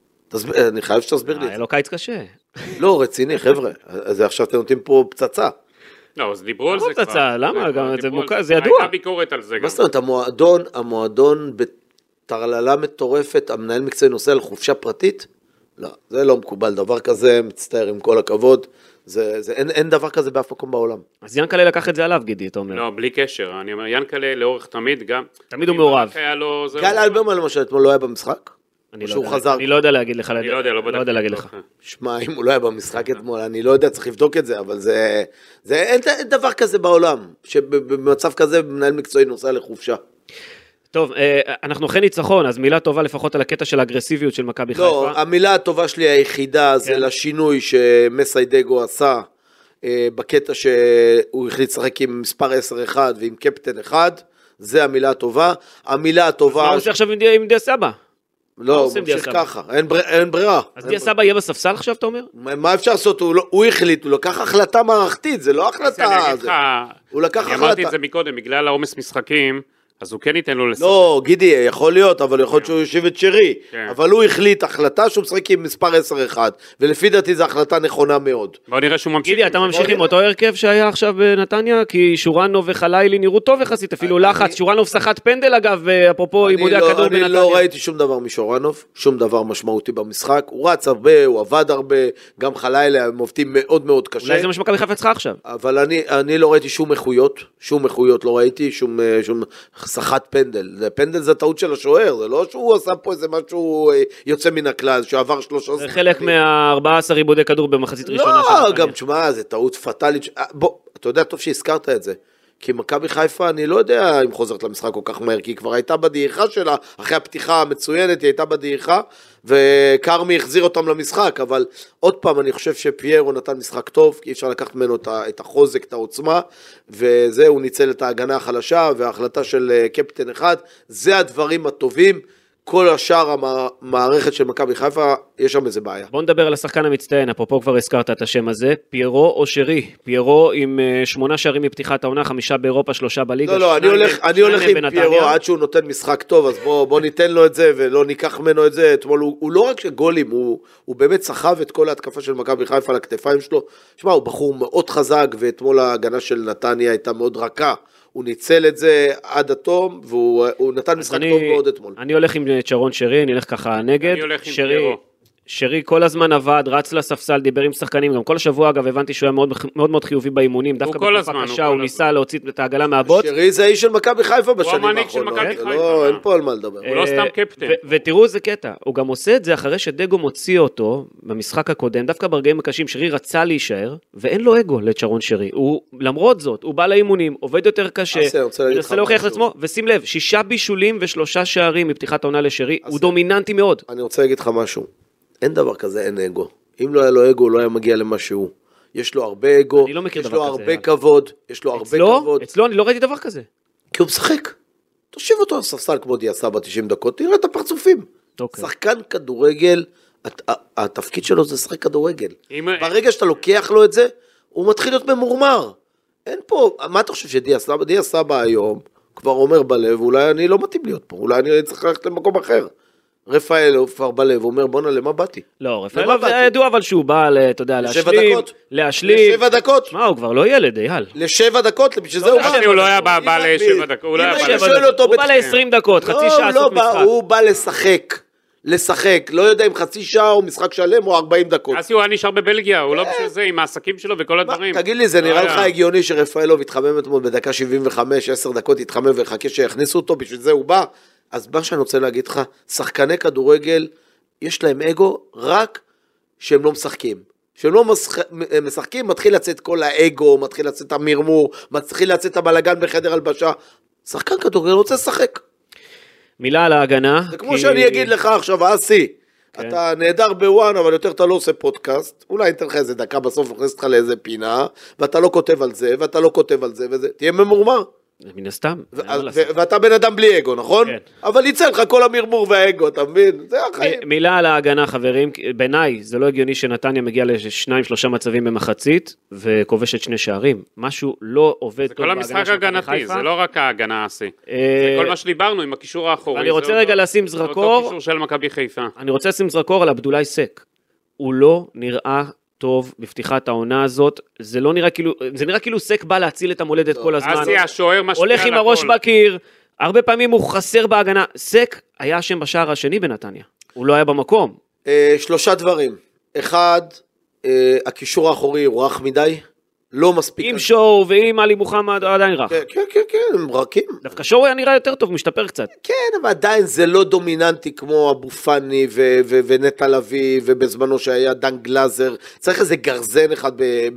אני חייב שתסביר לי. היה לו קיץ קשה. לא, רציני, חבר'ה. אז עכשיו אתם נותנים פה פצצה. לא, אז דיברו על זה כבר. פצצה, למה? זה ידוע. הייתה ביקורת על זה גם. מה זאת אומרת, המועדון בתרללה מטורפת, המנהל מקצועי נוסע לחופשה פרטית? לא, זה לא מקובל. דבר כזה, מצטער עם כל הכבוד. אין דבר כזה באף מקום בעולם. אז ינקלה לקח את זה עליו, גידי, אתה אומר. לא, בלי קשר. אני אומר, ינקלה לאורך תמיד גם. תמיד הוא מעורב. גל אלברמן למשל, אתמול לא היה במשחק? אני לא יודע להגיד לך. אני לא יודע להגיד לך. שמע, אם הוא לא היה במשחק אתמול, אני לא יודע, צריך לבדוק את זה, אבל אין דבר כזה בעולם, שבמצב כזה מנהל מקצועי נוסע לחופשה. טוב, אנחנו אחרי ניצחון, אז מילה טובה לפחות על הקטע של האגרסיביות של מכבי חיפה. לא, המילה הטובה שלי היחידה זה לשינוי שמסיידגו עשה, בקטע שהוא החליט לשחק עם מספר 10-1 ועם קפטן 1, זה המילה הטובה. המילה הטובה... מה הוא עושה עכשיו עם דיה סבא? לא, הוא ממשיך ככה, אין ברירה. אז דיה סבא יהיה בספסל עכשיו, אתה אומר? מה אפשר לעשות? הוא החליט, הוא לקח החלטה מערכתית, זה לא החלטה... הוא לקח החלטה. אני אמרתי את זה מקודם, בגלל העומס משחקים, אז הוא כן ייתן לו לשחק. לא, גידי, יכול להיות, אבל יכול להיות שהוא יושיב את שרי. אבל הוא החליט החלטה שהוא משחק עם מספר 10-1, ולפי דעתי זו החלטה נכונה מאוד. בוא נראה שהוא ממשיך. גידי, אתה ממשיך עם אותו הרכב שהיה עכשיו בנתניה? כי שורנוב וחלילי נראו טוב יחסית, אפילו לחץ. שורנוב שחט פנדל אגב, אפרופו אימודי הכדור בנתניה. אני לא ראיתי שום דבר משורנוב, שום דבר משמעותי במשחק. הוא רץ הרבה, הוא עבד הרבה, גם חלילי, הם עובדים מאוד מאוד קשה. אולי זה מה שמכבי חיפה צריכה עכשיו. אבל אני לא ראיתי שום איכויות לא ראיתי, שום שחט פנדל. פנדל זה טעות של השוער, זה לא שהוא עשה פה איזה משהו יוצא מן הכלל, שעבר 3... זה חלק מה-14 עיבודי כדור במחצית ראשונה. לא, גם תשמע, זה טעות פטלית. בוא, אתה יודע טוב שהזכרת את זה. כי מכבי חיפה, אני לא יודע אם חוזרת למשחק כל כך מהר, כי היא כבר הייתה בדעיכה שלה, אחרי הפתיחה המצוינת, היא הייתה בדעיכה, וקרמי החזיר אותם למשחק, אבל עוד פעם, אני חושב שפיירו נתן משחק טוב, כי אי אפשר לקחת ממנו את החוזק, את העוצמה, וזה, הוא ניצל את ההגנה החלשה, וההחלטה של קפטן אחד, זה הדברים הטובים, כל השאר המערכת של מכבי חיפה, יש שם איזה בעיה. בוא נדבר על השחקן המצטיין, אפרופו כבר הזכרת את השם הזה, פיירו או שרי? פיירו עם 8 שערים מפתיחת העונה, 5 באירופה, 3 בליגה. לא, אני הולך עם פיירו עד שהוא נותן משחק טוב, אז בוא ניתן לו את זה ולא ניקח ממנו את זה. אתמול הוא לא רק שגולים, הוא באמת סחב את כל ההתקפה של מכבי חיפה על הכתפיים שלו. שמע, הוא בחור מאוד חזק, ואתמול ההגנה של נתניה הייתה מאוד רכה. הוא ניצל את זה עד התום, והוא נתן משחק טוב מאוד אתמול. אני הולך עם צ'רון שרי, אני הולך ככה נגד. אני הולך עם פיירו. שרי כל הזמן עבד, רץ לספסל, דיבר עם שחקנים, גם כל השבוע אגב הבנתי שהוא היה מאוד מאוד חיובי באימונים, דווקא בתקופה קשה הוא ניסה להוציא את העגלה מהבוט. שרי זה איש של מכבי חיפה בשנים המנהיג של האחרונות. מכבי חיפה. לא, אין פה על מה לדבר. הוא לא סתם קפטן. ותראו איזה קטע, הוא גם עושה את זה אחרי שדגו מוציא אותו במשחק הקודם, דווקא ברגעים הקשים, שרי רצה להישאר, ואין לו אגו לצ'רון שרי. למרות זאת, הוא בא לאימונים, עובד יותר קשה, מנסה להוכיח לעצמו, ושים לב, 6 בישולים ו3 שערים מפתיחת העונה לשרי, הוא דומיננטי מאוד. אני רוצה להגיד לך משהו. אין דבר כזה, אין אגו. אם לא היה לו אגו, הוא לא היה מגיע למה שהוא. יש לו הרבה אגו, אני לא מכיר יש דבר לו כזה, הרבה יאללה. כבוד, יש לו הרבה כבוד. אצלו אני לא ראיתי דבר כזה. כי הוא משחק. תושיב אותו על ספסל כמו דיאסה ב-90 דקות, תראה את הפרצופים. אוקיי. שחקן כדורגל, התפקיד שלו זה לשחק כדורגל. אם- ברגע שאתה לוקח לו את זה, הוא מתחיל להיות ממורמר. אין פה, מה אתה חושב שדיאסה בא היום, כבר אומר בלב, אולי אני לא מתאים להיות פה, אולי אני צריך ללכת למקום אחר. רפאלוב כבר בלב, אומר בואנה למה באתי? לא, רפאלוב זה ידוע אבל שהוא בא, אתה יודע, להשלים. לשבע דקות. מה, הוא כבר לא ילד, אייל. לשבע דקות, בשביל זה הוא בא. הוא לא היה בא ל7 דקות, הוא לא היה אם בא היית ל7 שואל אותו הוא בא ל-20 דקות, חצי שעה לעשות משחק. הוא בא לשחק, לא יודע אם חצי שעה או משחק שלם או 40 דקות. אסי הוא היה נשאר בבלגיה, הוא לא בשביל זה, עם העסקים שלו וכל הדברים. תגיד לי, זה לא נראה היה. לך הגיוני שרפאלוב יתחמם אתמול בדקה 75, 10 דקות יתחמם וחכה שיכניסו אותו, בשביל זה הוא בא? אז מה שאני רוצה להגיד לך, שחקני כדורגל, יש להם אגו רק שהם לא משחקים. כשהם לא משחקים, מתחיל לצאת כל האגו, מתחיל לצאת המרמור, מתחיל לצאת הבלגן בחדר הלבשה. שחקן כדורגל רוצה לשחק. מילה על ההגנה. זה כמו שאני אגיד לך עכשיו, אסי, אתה נהדר בוואן, אבל יותר אתה לא עושה פודקאסט, אולי ניתן לך איזה דקה בסוף, נכנס אותך לאיזה פינה, ואתה לא כותב על זה, ואתה לא כותב על זה, וזה, תהיה ממורמר. מן הסתם. אין מה לעשות. ואתה בן אדם בלי אגו, נכון? כן. אבל יצא לך כל המרמור והאגו, אתה מבין? זה החיים. מילה על ההגנה, חברים. בעיניי, זה לא הגיוני שנתניה מגיע ל2-3 מצבים במחצית, וכובשת 2 שערים. משהו לא עובד זה טוב כל בהגנה המשחק של מכבי הגנתי, חיפה. זה לא רק ההגנה אסי. זה כל מה שדיברנו עם הקישור האחורי. ואני רוצה זה רגע אותו- לשים זה אותו זרקור. קישור של מכבי חיפה. אני רוצה לשים זרקור על עבדולאי סק. הוא לא נראה טוב בפתיחת העונה הזאת. זה נראה כאילו סק בא להציל את המולדת כל הזמן. אסי השוער משפיע על הולך עם הראש הכל. בקיר. הרבה פעמים הוא חסר בהגנה. סק היה שם בשער השני בנתניה. הוא לא היה במקום. 3 דברים. 1, הקישור האחורי הוא רך מדי, לא מספיק. עם שואו ועם עלי מוחמד עדיין רך. כן, הם רכים. דווקא שואו היה נראה יותר טוב, משתפר קצת. כן, אבל עדיין זה לא דומיננטי כמו אבו פני ונטע לביא, ובזמנו שהיה דן גלאזר. צריך איזה גרזן אחד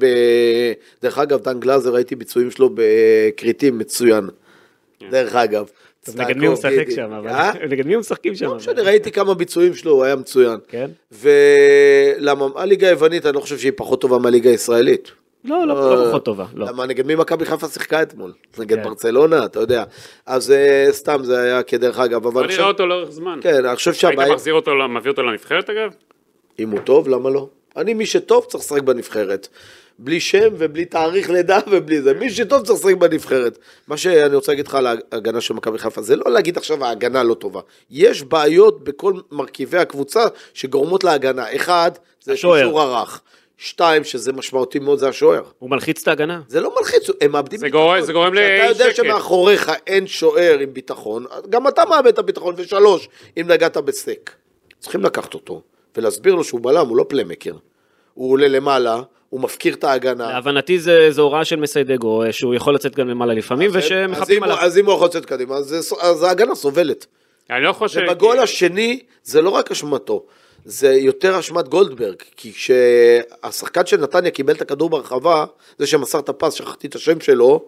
דרך אגב, דן גלאזר, ראיתי ביצועים שלו בקריטים מצוין. דרך אגב. נגד מי הוא משחק שם? נגד מי הוא משחקים שם? לא משנה, ראיתי כמה ביצועים שלו, הוא היה מצוין. כן? ולמה, הליגה היוונית, אני לא חושב שהיא פחות טובה מהליגה הישראלית. לא פחות טובה, לא. למה, נגד מי מכבי חיפה שיחקה אתמול? נגד כן. ברצלונה, אתה יודע. אז סתם זה היה כדרך אגב, אבל בוא נראה אותו לאורך זמן. כן, אני חושב היית שהבעיה, מביא אותו לנבחרת אגב? אם הוא טוב, למה לא? מי שטוב צריך לשחק בנבחרת. בלי שם ובלי תאריך לידה ובלי זה. מי שטוב צריך לשחק בנבחרת. מה שאני רוצה להגיד לך על ההגנה של מכבי חיפה, זה לא להגיד עכשיו ההגנה לא טובה. יש בעיות בכל מרכיבי הקבוצה שגורמות להגנה. 1, זה קישור הרך. 2, שזה משמעותי מאוד, זה השוער. הוא מלחיץ את ההגנה. זה לא מלחיץ, הם מאבדים זה גורם כשאתה יודע לשקט. שמאחוריך אין שוער עם ביטחון, גם אתה מאבד את הביטחון. 3, אם נגעת בסק. צריכים לקחת אותו ולהסביר לו שהוא בלם, הוא לא פליימקר. הוא עולה למעלה, הוא מפקיר את ההגנה. להבנתי זו הוראה של מסיידגו, שהוא יכול לצאת גם למעלה לפעמים, ושמחפים עליו. אז אם הוא יכול לצאת קדימה, אז ההגנה סובלת. אני לא חושב... ובגול השני, זה לא רק אשמתו, זה יותר אשמת גולדברג, כי כשהשחקן של נתניה קיבל את הכדור ברחבה, זה שמסר את הפס, שכחתי את השם שלו,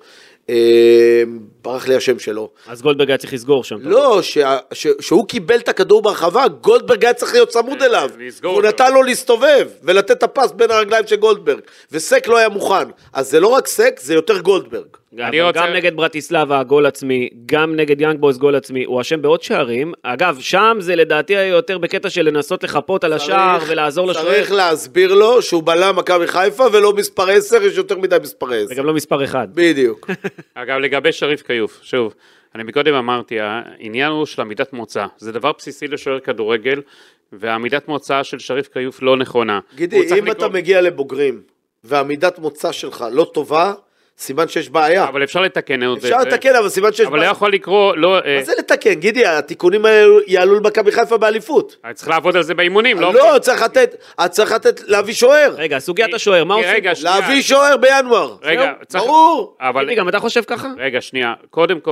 ברח לי השם שלו. אז גולדברג היה צריך לסגור שם. לא, שהוא קיבל את הכדור ברחבה, גולדברג היה צריך להיות צמוד אליו. הוא נתן לו להסתובב, ולתת את הפס בין הרגליים של גולדברג, וסק לא היה מוכן. אז זה לא רק סק, זה יותר גולדברג. גם נגד ברטיסלבה גול עצמי, גם נגד יאנג בויז גול עצמי, הוא אשם בעוד שערים. אגב, שם זה לדעתי יותר בקטע של לנסות לחפות על השער ולעזור לשוער. צריך להסביר לו שהוא בלם מכבי חיפה ולא מספר 10, יש יותר מדי מספר 10. וגם לא מספר 1. בדיוק. אגב, לגבי שריף כיוף, שוב, אני מקודם אמרתי, העניין הוא של עמידת מוצא, זה דבר בסיסי לשוער כדורגל, והעמידת מוצא של שריף כיוף לא נכונה. גידי, אם אתה מגיע לבוגרים, והעמידת מוצא שלך לא טובה, סימן שיש בעיה. אבל אפשר לתקן את זה. אפשר לתקן, אבל סימן שיש אבל לא בעיה. יכול לקרוא, לא... מה זה לתקן? גידי, התיקונים האלו יעלו למכבי חיפה באליפות. צריך לעבוד על זה באימונים, לא... לא, צריך לתת, להביא שוער. רגע, סוגיית השוער, מה עושים? רגע, שנייה. להביא שוער בינואר. רגע, צריך... ברור. אבל... גם אתה חושב ככה? רגע, שנייה. קודם כל,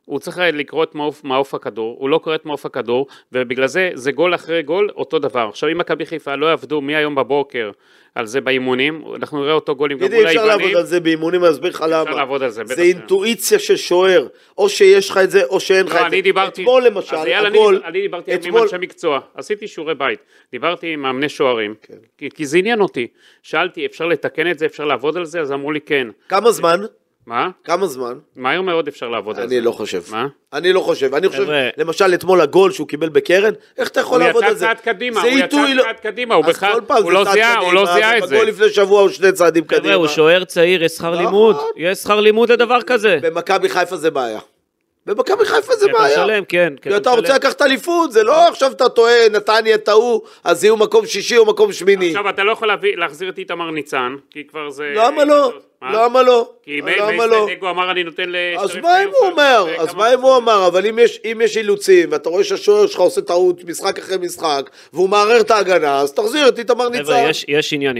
הוא צריך לקרוא את מעוף הכדור, הוא לא קורא את מעוף הכדור, ובגלל זה גול אחרי גול אותו דבר. עכשיו אם מכבי חיפה לא יעבדו מהיום בבוקר על זה באימונים, אנחנו נראה אותו גולים גם מול אפשר לעבוד על זה באימונים, אני אסביר לך למה. אפשר לעבוד על זה, בטח. זה אינטואיציה של שוער, או שיש לך את זה, או שאין לך את זה. אני דיברתי, אתמול למשל, אני דיברתי עם אנשי מקצוע, עשיתי שיעורי בית, דיברתי עם מאמני שוערים, כי זה עניין אותי, שאלתי, אפשר לתקן את זה, אפשר לעבוד על זה, אז אמרו לי כן. כמה זמן? מה? כמה זמן? מהר מאוד אפשר לעבוד על זה. אני לא חושב. מה? אני לא חושב. אני חושב, למשל, אתמול הגול שהוא קיבל בקרן, איך אתה יכול לעבוד על זה? הוא יצא צעד קדימה, הוא בכלל, הוא לא זיהה את זה. בגול לפני שבוע הוא 2 צעדים קדימה. חבר'ה, הוא שוער צעיר, יש שכר לימוד. יש שכר לימוד לדבר כזה. במכבי חיפה זה בעיה. במכבי חיפה זה בעיה. אתה שלם, כן. כי אתה רוצה לקחת אליפות, זה לא עכשיו אתה טועה, נתניה טעו, אז יהיו מקום 6 או מקום 8. עכשיו אתה לא יכול להחזיר את איתמר ניצן, כי כבר זה... למה לא? למה לא? כי דגו אמר אני נותן אז מה אם הוא אומר? אז מה אם הוא אמר? אבל אם יש אילוצים, ואתה רואה שהשוער שלך עושה טעות משחק אחרי משחק, והוא מערער את ההגנה, אז תחזיר את איתמר ניצן. חבר'ה, יש עניין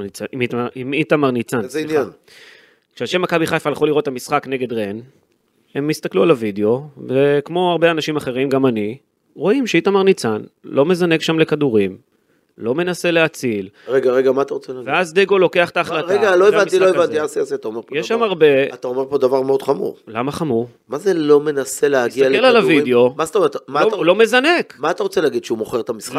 עם איתמר ניצן. איזה עניין? כשאנשי מכבי חיפה הלכו לראות את המשחק נגד רן, הם הסתכלו על הוידאו, וכמו הרבה אנשים אחרים, גם אני, רואים שאיתמר ניצן לא מזנק שם לכדורים, לא מנסה להציל. רגע, מה אתה רוצה להגיד? ואז דגו לוקח את ההחלטה. רגע, לא הבנתי, אסי, אתה אומר פה דבר. יש שם הרבה... אתה אומר פה דבר מאוד חמור. למה חמור? מה זה לא מנסה להגיע לכדורים? תסתכל על הוידאו. מה זאת אומרת? הוא לא מזנק. מה אתה רוצה להגיד, שהוא מוכר את המשחק?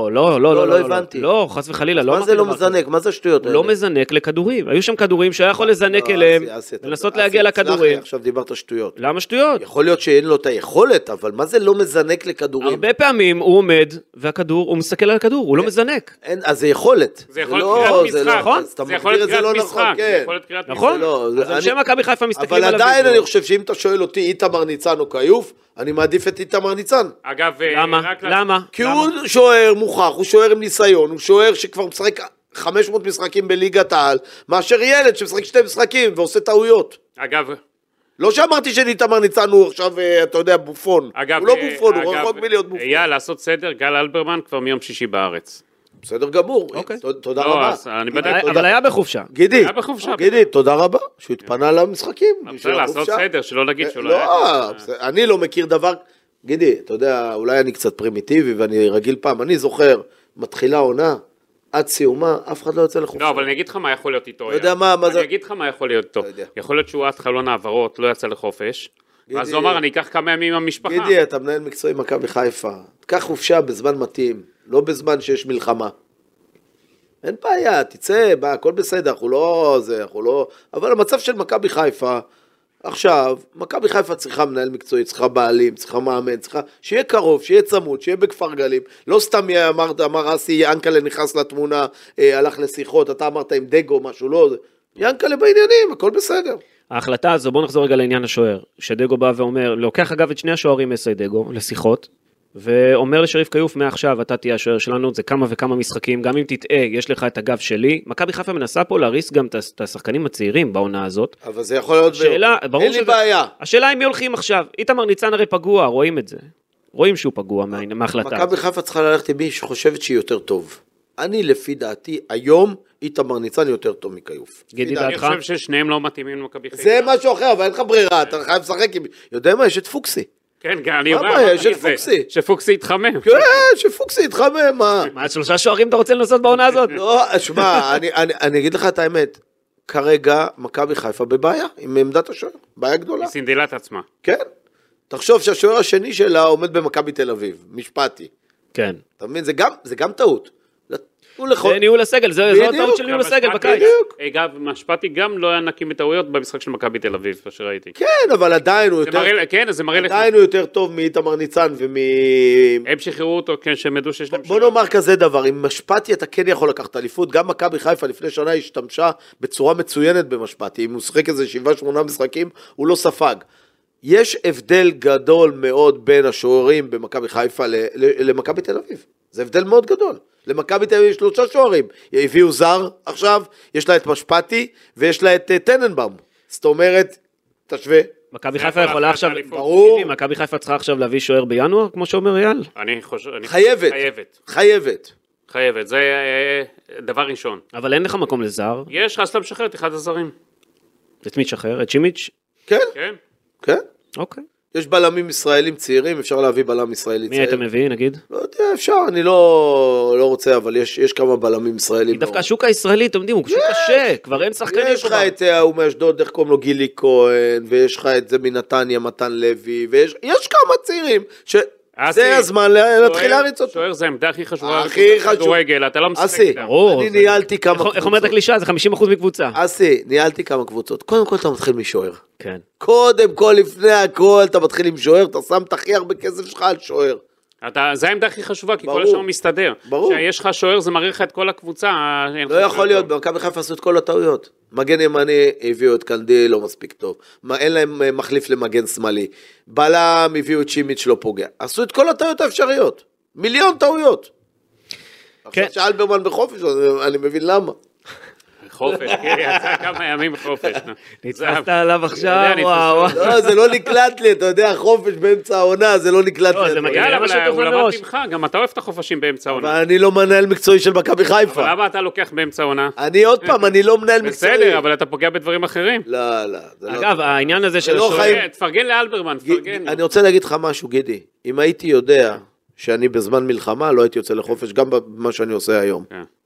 לא הבנתי. לא, חס וחלילה. מה זה לא מזנק? מה זה השטויות האלה? הוא לא מזנק לכדורים. היו שם כדורים שהיה יכול לזנק אליהם, לנסות להגיע לכדורים. עכשיו דיברת שטויות. למה שטויות? יכול להיות שאין לו את היכולת, אבל מה זה לא מזנק לכדורים? הרבה פעמים הוא עומד, והכדור, הוא מסתכל על הכדור, הוא לא מזנק. אז זה יכולת. זה יכול להיות קריאת משחק. נכון? אתה מגדיר את זה לא נכון, כן. נכון? אז אנשי מכבי חיפה מסתכלים על אבל הוידאו. עדיין אני חושב שאם אתה שואל אותי איתמר ניצן או כיוף, אני מעדיף את איתמר ניצן. אגב, למה? כי הוא שוער מוכח, הוא שוער עם ניסיון, הוא שוער שכבר משחק 500 משחקים בליגת העל, מאשר ילד שמשחק 2 משחקים ועושה טעויות. אגב, לא שאמרתי שאיתמר ניצן הוא עכשיו, אתה יודע, בופון. הוא לא בופון, הוא רחוק מלהיות בופון. אייל, לעשות סדר, גל אלברמן כבר מיום שישי בארץ. בסדר גמור, תודה רבה. אבל היה בחופשה. גידי, תודה רבה, שהוא התפנה למשחקים. אפשר לעשות סדר, שלא נגיד שהוא לא היה. אני לא מכיר דבר, גידי, אתה יודע, אולי אני קצת פרימיטיבי ואני רגיל פעם, אני זוכר, מתחילה עונה, עד סיומה, אף אחד לא יוצא לחופשה. לא, אבל אני אגיד לך מה יכול להיות איתו. לא יודע מה זה. אני אגיד לך מה יכול להיות איתו. יכול להיות שהוא עד חלון העברות, לא יצא לחופש, ואז הוא אמר, אני אקח כמה ימים עם המשפחה. גידי, אתה מנהל מקצועי מכבי חיפה, תקח חופשה בזמן מתאים, לא בזמן שיש מלחמה. אין בעיה, תצא, הכל בסדר, אנחנו לא... אבל המצב של מכבי חיפה, עכשיו, מכבי חיפה צריכה מנהל מקצועי, צריכה בעלים, צריכה מאמן, צריכה שיהיה קרוב, שיהיה צמוד, שיהיה בכפר גלים. לא סתם אמר אסי, ינקלה נכנס לתמונה, הלך לשיחות, אתה אמרת עם דגו, משהו, לא... ינקלה בעניינים, הכל בסדר. ההחלטה הזו, בוא נחזור רגע לעניין השוער, שדגו בא ואומר, לוקח אגב את שני השוערים מסי דגו, לשיחות, ואומר לשריף כיוף, מעכשיו אתה תהיה השוער שלנו, זה כמה וכמה משחקים, גם אם תטעה, יש לך את הגב שלי. מכבי חיפה מנסה פה להריס גם את השחקנים הצעירים בעונה הזאת. אבל זה יכול להיות... אין לי בעיה. השאלה היא מי הולכים עכשיו. איתמר ניצן הרי פגוע, רואים את זה. רואים שהוא פגוע מההחלטה. מכבי חיפה צריכה ללכת עם מי שחושבת שהיא יותר טוב. אני לפי דעתי, היום איתמר ניצן יותר טוב מכיוף. אני חושב ששניהם לא מתאימים למכבי חיפה. זה משהו אחר, אבל אין לך ברירה, אתה חייב לשחק עם... יודע מה, יש את פוקסי. כן, אני אומר, שפוקסי יתחמם. כן, שפוקסי יתחמם, מה? מה, 3 שוערים אתה רוצה לנסות בעונה הזאת? לא, שמע, אני אגיד לך את האמת, כרגע מכבי חיפה בבעיה, עם עמדת השוער, בעיה גדולה. היא סינדלה את עצמה. כן, תחשוב שהשוער השני שלה עומד במכבי תל אביב, משפטי. כן. אתה מבין, זה גם טעות. זה ניהול הסגל, זו הטעות של ניהול הסגל בקיץ. אגב, משפטי גם לא היה נקי מטעויות במשחק של מכבי תל אביב, מה שראיתי. כן, אבל עדיין הוא יותר טוב מאיתמר ניצן הם שחררו אותו, כן, שהם ידעו שיש להם... בוא נאמר כזה דבר, עם משפטי אתה כן יכול לקחת אליפות, גם מכבי חיפה לפני שנה השתמשה בצורה מצוינת במשפטי, אם הוא שחק איזה 7-8 משחקים, הוא לא ספג. יש הבדל גדול מאוד בין השוערים במכבי חיפה למכבי תל אביב. זה הבדל מאוד גדול. למכבי תל אביב יש 3 שוערים. הביאו זר עכשיו, יש לה את משפטי, ויש לה את טננבאום. זאת אומרת, תשווה. מכבי חיפה יכולה עכשיו, ברור. מכבי חיפה צריכה עכשיו להביא שוער בינואר, כמו שאומר אייל? אני חושב... חייבת. זה דבר ראשון. אבל אין לך מקום לזר. יש, אז אתה משחרר את אחד הזרים. את מי תשחרר? את שימיץ'? כן. אוקיי. יש בלמים ישראלים צעירים, אפשר להביא בלם ישראלי צעיר. מי היית מביא, נגיד? לא יודע, אפשר, אני לא רוצה, אבל יש כמה בלמים ישראלים. דווקא השוק הישראלי, אתם יודעים, הוא שוק קשה, כבר אין שחקנים. יש לך את ההוא מאשדוד, איך קוראים לו גילי כהן, ויש לך את זה מנתניה, מתן לוי, ויש כמה צעירים, זה הזמן להתחיל להריץ אותו. שוער זה העמדה הכי חשובה. הכי חשוב. כדורגל, אתה לא משחק. אסי, אני ניהלתי כמה קבוצות. איך אומרת הקלישה? זה 50% מקבוצה. אסי, ניהלתי כמה קבוצות. קודם כל אתה מתחיל משוער. כן. קודם כל, לפני הכל, אתה מתחיל עם שוער, אתה שם את הכי הרבה כסף שלך על שוער. זה העמדה הכי חשובה, כי כל השאר מסתדר. ברור. כשיש לך שוער, זה מראה לך את כל הקבוצה. לא יכול להיות, במכבי חיפה עשו את כל הטעויות. מגן ימני הביאו את קנדיל, לא מספיק טוב. אין להם מחליף למגן שמאלי. בלם הביאו את שימיץ' לא פוגע. עשו את כל הטעויות האפשריות. מיליון טעויות. עכשיו שאלברמן בחופש, אני מבין למה. חופש, כן, יצא כמה ימים חופש. נצחת עליו עכשיו, וואו. לא, זה לא נקלט לי, אתה יודע, חופש באמצע העונה, זה לא נקלט לי. זה מגיע יאללה, למה אבל הוא שתוכל למד מראש. ממך, גם אתה אוהב את החופשים באמצע העונה. אבל אני לא מנהל מקצועי של מכבי חיפה. אבל למה אתה לוקח באמצע העונה? אני עוד פעם, אני לא מנהל מקצועי. בסדר, אבל אתה פוגע בדברים אחרים. לא. אגב, העניין הזה של לא השוער... חיים. תפרגן לאלברמן, תפרגן. אני רוצה להגיד לך משהו, גידי. אם הייתי יודע שאני בזמן מלחמה, לא הייתי יוצא לחופש, גם במה שאני עושה היום.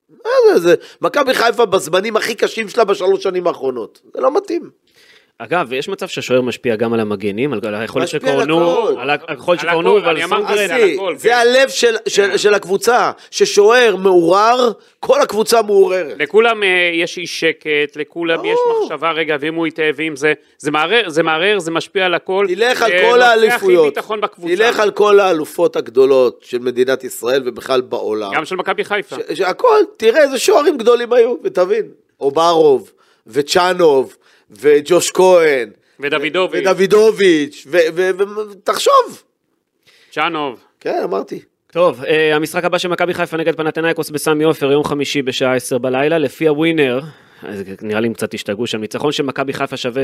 מכבי חיפה בזמנים הכי קשים שלה בשלוש שנים האחרונות. זה לא מתאים. אגב, יש מצב שהשוער משפיע גם על המגנים, על היכולת משפיע שקורנו, על על היכולת שקורנו ועל סונגרן. זה הלב של הקבוצה, ששוער מעורר, כל הקבוצה מעוררת. לכולם יש איש שקט, לכולם יש מחשבה, רגע, ואם הוא יתאהב, ואם זה מערער, זה משפיע על הכל. תלך על כל האליפויות, תלך על כל האלופות הגדולות של מדינת ישראל ובכלל בעולם. גם של מכבי חיפה. הכל, תראה איזה שוערים גדולים היו, ותבין. אוברוב, וצ'אנוב, וג'וש כהן, ודוידוביץ', ותחשוב. צ'אנוב. כן, אמרתי. טוב, המשחק הבא של מכבי חיפה נגד פנתנייקוס בסמי עופר, יום חמישי בשעה 10 בלילה, לפי הווינר, נראה לי קצת השתגעו שם, ניצחון של מכבי חיפה שווה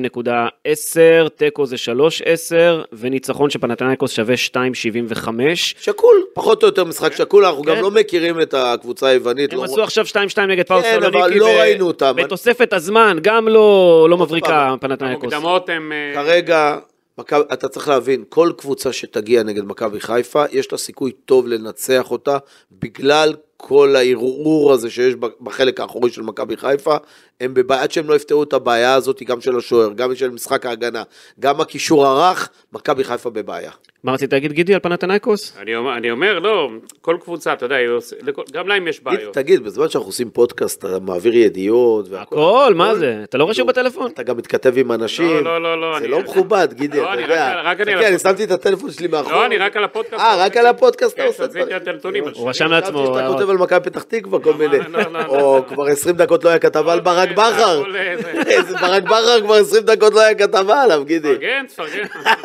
2.10, תיקו זה 3.10, וניצחון של פנתנייקוס שווה 2.75. שקול, פחות או יותר משחק שקול, אנחנו גם לא מכירים את הקבוצה היוונית. הם עשו עכשיו 2-2 נגד פאוס סלוניקי, אבל לא ראינו אותם. בתוספת הזמן, גם לא מבריקה פנתנייקוס. המוקדמות הם... כרגע... אתה צריך להבין, כל קבוצה שתגיע נגד מכבי חיפה, יש לה סיכוי טוב לנצח אותה, בגלל כל הערעור הזה שיש בחלק האחורי של מכבי חיפה, הם בבעיה, עד שהם לא יפתרו את הבעיה הזאת, גם של השוער, גם של משחק ההגנה, גם הקישור הרך, מכבי חיפה בבעיה. מה רצית להגיד, גידי, על פנתנייקוס? אני אומר, לא, כל קבוצה, אתה יודע, גם להם יש בעיות. תגיד, בזמן שאנחנו עושים פודקאסט, אתה מעביר ידיעות הכל, מה זה? אתה לא רשום בטלפון? אתה גם מתכתב עם אנשים. לא. זה לא מכובד, גידי, אתה יודע. אני שמתי את הטלפון שלי מאחור. לא, אני רק על הפודקאסט. רק על הפודקאסט אתה עושה דברים. הוא רשם לעצמו. שאתה כותב על מכבי פתח תקווה, כל מיני. או כבר 20 דקות לא היה כתבה על ברק בכר. ברק בכר כבר 20 דקות לא היה כתבה עליו, גידי. תפרגן.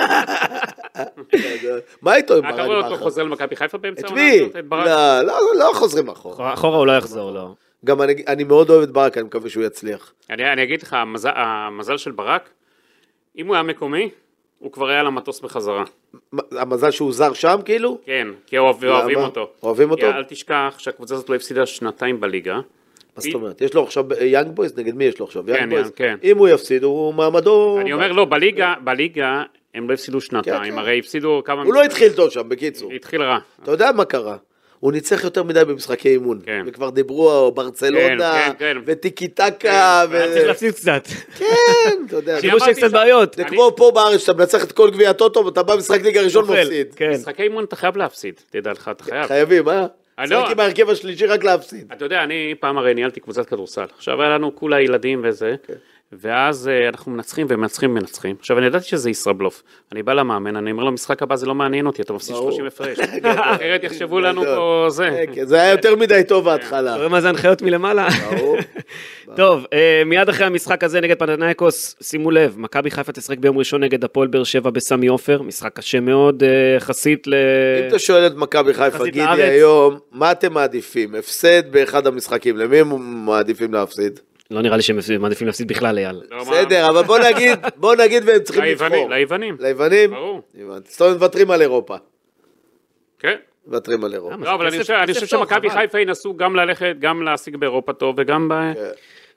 מה איתו עם ברק בכר? אתה רואה אותו בכר? חוזר למכבי חיפה באמצע? את מי? לא חוזרים אחורה. אחורה הוא לא יחזור, לא. גם אני מאוד אוהב את ברק, אני מקווה שהוא יצליח. אני אגיד לך, המזל של ברק, אם הוא היה מקומי, הוא כבר היה למטוס בחזרה. המזל שהוא זר שם כאילו? כן, כי אוהבים אותו. אוהבים אותו? אל תשכח שהקבוצה הזאת לא הפסידה שנתיים בליגה. מה זאת אומרת? יש לו עכשיו יאנג בויז, נגד מי יש לו עכשיו? יאנג בויז? כן. אם הוא יפסיד, הוא מעמדו... אני אומר, לא, בליגה הם לא הפסידו שנתיים, הרי הפסידו כמה... הוא לא התחיל טוב שם, בקיצור. התחיל רע. אתה יודע מה קרה? הוא ניצח יותר מדי במשחקי אימון. וכבר דיברו ברצלונה, וטיקי טקה, צריך להפסיד קצת. כן, אתה יודע. שימו שיש קצת בעיות. זה כמו פה בארץ, שאתה מנצח את כל גביע הטוטו, ואתה בא משחק ליגה ראשון מפסיד. משחקי אימון אתה חייב להפסיד, תדע לך, אתה חייב. חייבים, משחק עם ההרכב השלישי רק להפסיד. אתה יודע, אני פעם הרי ניהלתי קבוצת כדורסל. עכשיו היה לנו כולה ילדים וזה. ואז אנחנו מנצחים ומנצחים. עכשיו אני ידעתי שזה ישראבלוף. אני בא למאמן, אני אומר לו, משחק הבא זה לא מעניין אותי, אתה מפסיד 30 הפרש. אחרת יחשבו לנו פה זה. זה היה יותר מדי טוב בהתחלה. רואה מה זה הנחיות מלמעלה? טוב, מיד אחרי המשחק הזה נגד פנתנייקוס, שימו לב, מכבי חיפה תשחק ביום ראשון נגד הפועל באר שבע בסמי עופר, משחק קשה מאוד, יחסית ל... אם אתה שואל את מכבי חיפה, גידי היום, מה אתם מעדיפים? הפסד באחד המשחקים, למי הם מעדיפים להפסיד? לא נראה לי שהם מעדיפים להפסיד בכלל, אייל. בסדר, אבל בוא נגיד והם צריכים לבחור. ליוונים. ליוונים? ברור. זאת אומרת, מוותרים על אירופה. כן. מוותרים על אירופה. לא, אבל אני חושב שמכבי חיפה ינסו גם ללכת, גם להשיג באירופה טוב, וגם ב...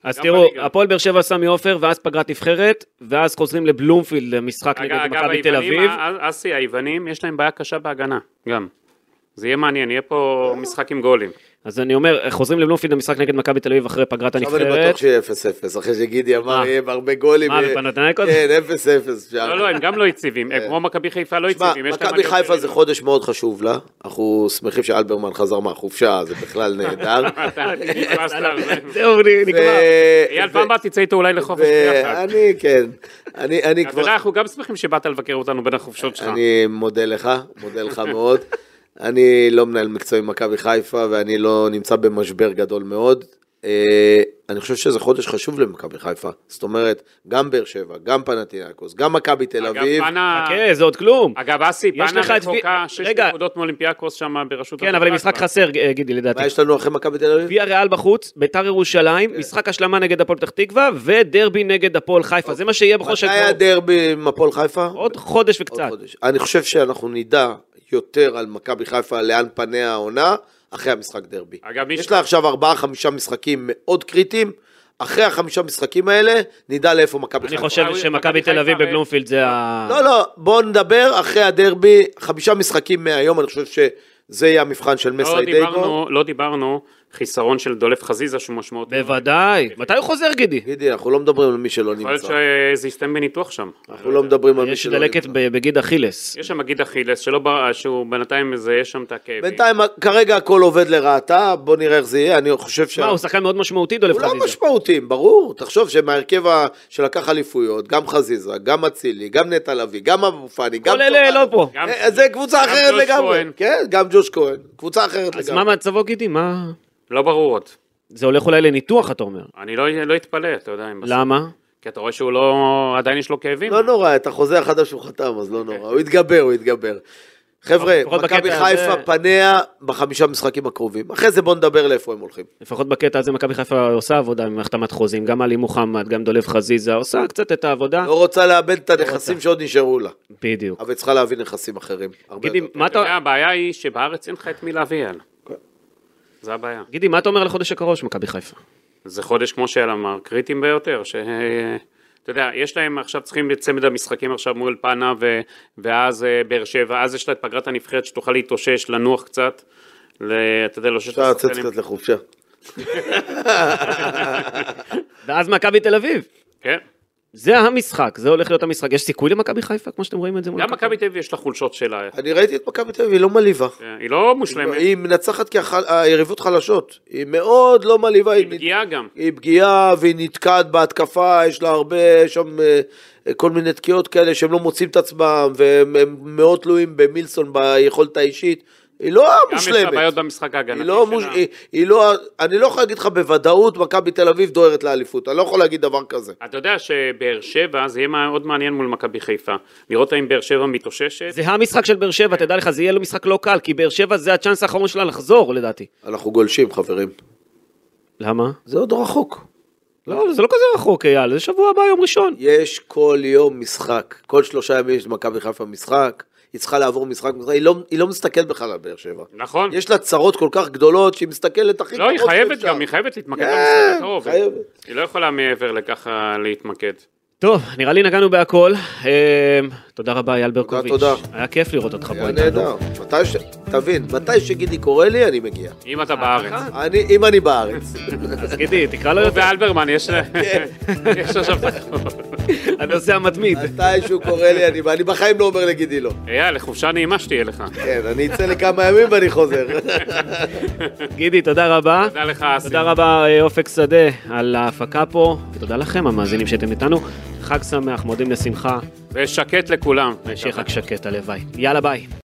אז תראו, הפועל באר שבע סמי עופר, ואז פגרת נבחרת, ואז חוזרים לבלומפילד, למשחק נגד מכבי תל אביב. אסי, היוונים, יש להם בעיה קשה בהגנה, גם. זה יהיה מעניין, יהיה פה משחק עם גולים. אז אני אומר, חוזרים לבלומפילד למשחק נגד מכבי תל אביב אחרי פגרת הנבחרת. עכשיו אני בטוח שיהיה 0-0, אחרי שגידי אמר, יהיה בהרבה גולים. מה, בפנתנייקוס? כן, 0-0. לא, הם גם לא יציבים, כמו מכבי חיפה לא יציבים. מכבי חיפה זה חודש מאוד חשוב לה, אנחנו שמחים שאלברמן חזר מהחופשה, זה בכלל נהדר. זהו, נגמר. אייל פעם בא תצא איתו אולי לחופש ביחד. אני, כן. אני כבר... אנחנו גם שמחים שבאת לבקר אותנו בין החופשות שלך. אני מודה לך מאוד. אני לא מנהל מקצועי מכבי חיפה, ואני לא נמצא במשבר גדול מאוד. אני חושב שזה חודש חשוב למכבי חיפה. זאת אומרת, גם באר שבע, גם פנתינייקוס, גם מכבי תל אביב. חכה, זה עוד כלום. אגב, אסי, פנה רחוקה 6 נקודות מאולימפיאקוס שם ברשות... כן, אבל משחק חסר, גידי, לדעתי. מה יש לנו אחרי מכבי תל אביב? ויה ריאל בחוץ, ביתר ירושלים, משחק השלמה נגד הפועל פתח תקווה, ודרבי נגד הפועל חיפה. זה מה שיהיה בחודש הקרוב. מתי הדרבי עם הפועל חיפה? עוד חודש וקצת. אני חושב שאנחנו נדע יותר על מכבי חיפה, לאן פניה העונה, אחרי המשחק דרבי. יש לה עכשיו 4-5 משחקים מאוד קריטיים, אחרי 5 משחקים האלה, נדע לאיפה מכבי חיפה. אני חושב שמכבי תל אביב בבלומפילד זה ה... לא, בואו נדבר אחרי הדרבי, 5 משחקים מהיום, אני חושב שזה יהיה המבחן של מסי דייגו. לא דיברנו חיסרון של דולף חזיזה שהוא משמעות. בוודאי. מתי הוא חוזר, גידי? גידי, אנחנו לא מדברים על מי שלא נמצא. יכול להיות שזה יסתם בניתוח שם. אנחנו לא מדברים על מי שלא נמצא. יש דלקת בגיד אכילס. יש שם גיד אכילס, שהוא בינתיים יש שם את הכאבים. בינתיים, כרגע הכל עובד לרעתה, בוא נראה איך זה יהיה, אני חושב ש... מה, הוא שחקן מאוד משמעותי, דולף חזיזה? הוא לא משמעותי, ברור. תחשוב שמהרכב שלקח אליפויות, גם חזיזה, גם אצילי, גם נטע לביא, גם אבו פאני, גם... כל אלה לא פה. זה קבוצה אחרת לגמרי. כן, גם ג'וש כהן. קבוצה אחרת לגמרי. אז מה מצבו, גידי? מה... לא ברור עוד. זה הולך אולי לניתוח, אתה אומר. אני לא אתפלא, אתה יודע. למה? כי אתה רואה שהוא לא, עדיין יש לו כאבים. לא נורא, את החוזה החדש הוא חתם, אז לא נורא. הוא יתגבר. חבר'ה, מכבי חיפה פניה ב5 משחקים הקרובים. אחרי זה בוא נדבר לאיפה הם הולכים. לפחות בקטע הזה מכבי חיפה עושה עבודה עם החתמת חוזים, גם עלי מוחמד, גם דולף חזיזה, עושה קצת את העבודה. לא רוצה לאבד את הנכסים שעוד נשארו לה. בדיוק. אבל צריכה להביא נכסים אחרים. גידי, מה אתה... הבעיה היא שבארץ אין לך את מי להביא על. זה הבעיה. גידי, מה אתה אומר לחודש הקרוב של מכבי חיפה? זה חודש, כמו שאל אמר, קריטיים ביותר, אתה יודע, יש להם עכשיו, צריכים לצמד המשחקים עכשיו מול פנה, ואז באר שבע, אז יש לה את פגרת הנבחרת, שתוכל להתאושש, לנוח קצת, אתה יודע, לא שיש... אפשר לצאת קצת לחופשה. ואז מכבי תל אביב. כן. זה המשחק, זה הולך להיות המשחק. יש סיכוי למכבי חיפה, כמו שאתם רואים את זה? גם מכבי תל אביב יש לה חולשות שלה. אני ראיתי את מכבי תל אביב, היא לא מלאיבה. היא לא מושלמת. היא מנצחת כי היריבות חלשות. היא מאוד לא מלאיבה. היא פגיעה גם. היא פגיעה והיא נתקעת בהתקפה, יש לה הרבה שם כל מיני תקיעות כאלה שהם לא מוצאים את עצמם, והם מאוד תלויים במילסון ביכולת האישית. היא לא מושלמת. גם יש לה בעיות במשחק ההגנתי שלה. אני לא יכול להגיד לך בוודאות, מכבי תל אביב דוהרת לאליפות. אני לא יכול להגיד דבר כזה. אתה יודע שבאר שבע, זה יהיה מאוד מעניין מול מכבי חיפה. לראות האם באר שבע מתאוששת. זה המשחק של באר שבע, תדע לך, זה יהיה לו משחק לא קל, כי באר שבע זה הצ'אנס האחרון שלה לחזור, לדעתי. אנחנו גולשים, חברים. למה? זה עוד רחוק. לא, זה לא כזה רחוק, אייל, זה שבוע הבא, יום ראשון. יש כל יום משחק. כל 3 ימים יש מכבי חיפה משחק. היא צריכה לעבור משחק, היא לא מסתכלת בכלל על באר שבע. נכון. יש לה צרות כל כך גדולות, שהיא מסתכלת הכי לא, היא חייבת גם, היא חייבת להתמקד במשחק הקרוב. היא לא יכולה מעבר לככה להתמקד. טוב, נראה לי נגענו בהכל. תודה רבה, אייל ברקוביץ'. תודה. היה כיף לראות אותך פה. נהדר. תבין, מתי שגידי קורא לי, אני מגיע. אם אתה בארץ. אם אני בארץ. אז גידי, תקרא לו יותר. ואלברמן, יש עכשיו הנושא המתמיד. מתי שהוא קורא לי, אני בחיים לא אומר לגידי לא. לחופשה נעימה שתהיה לך. כן, אני אצא לכמה ימים ואני חוזר. גידי, תודה רבה. תודה לך, אסי. תודה רבה, אופק שדה, על ההפקה פה, ותודה לכם, המאזינים שאתם איתנו. חג שמח, מודים לשמחה. ושקט לכולם. שיהיה חג שקט, הלוואי. יאללה, ביי.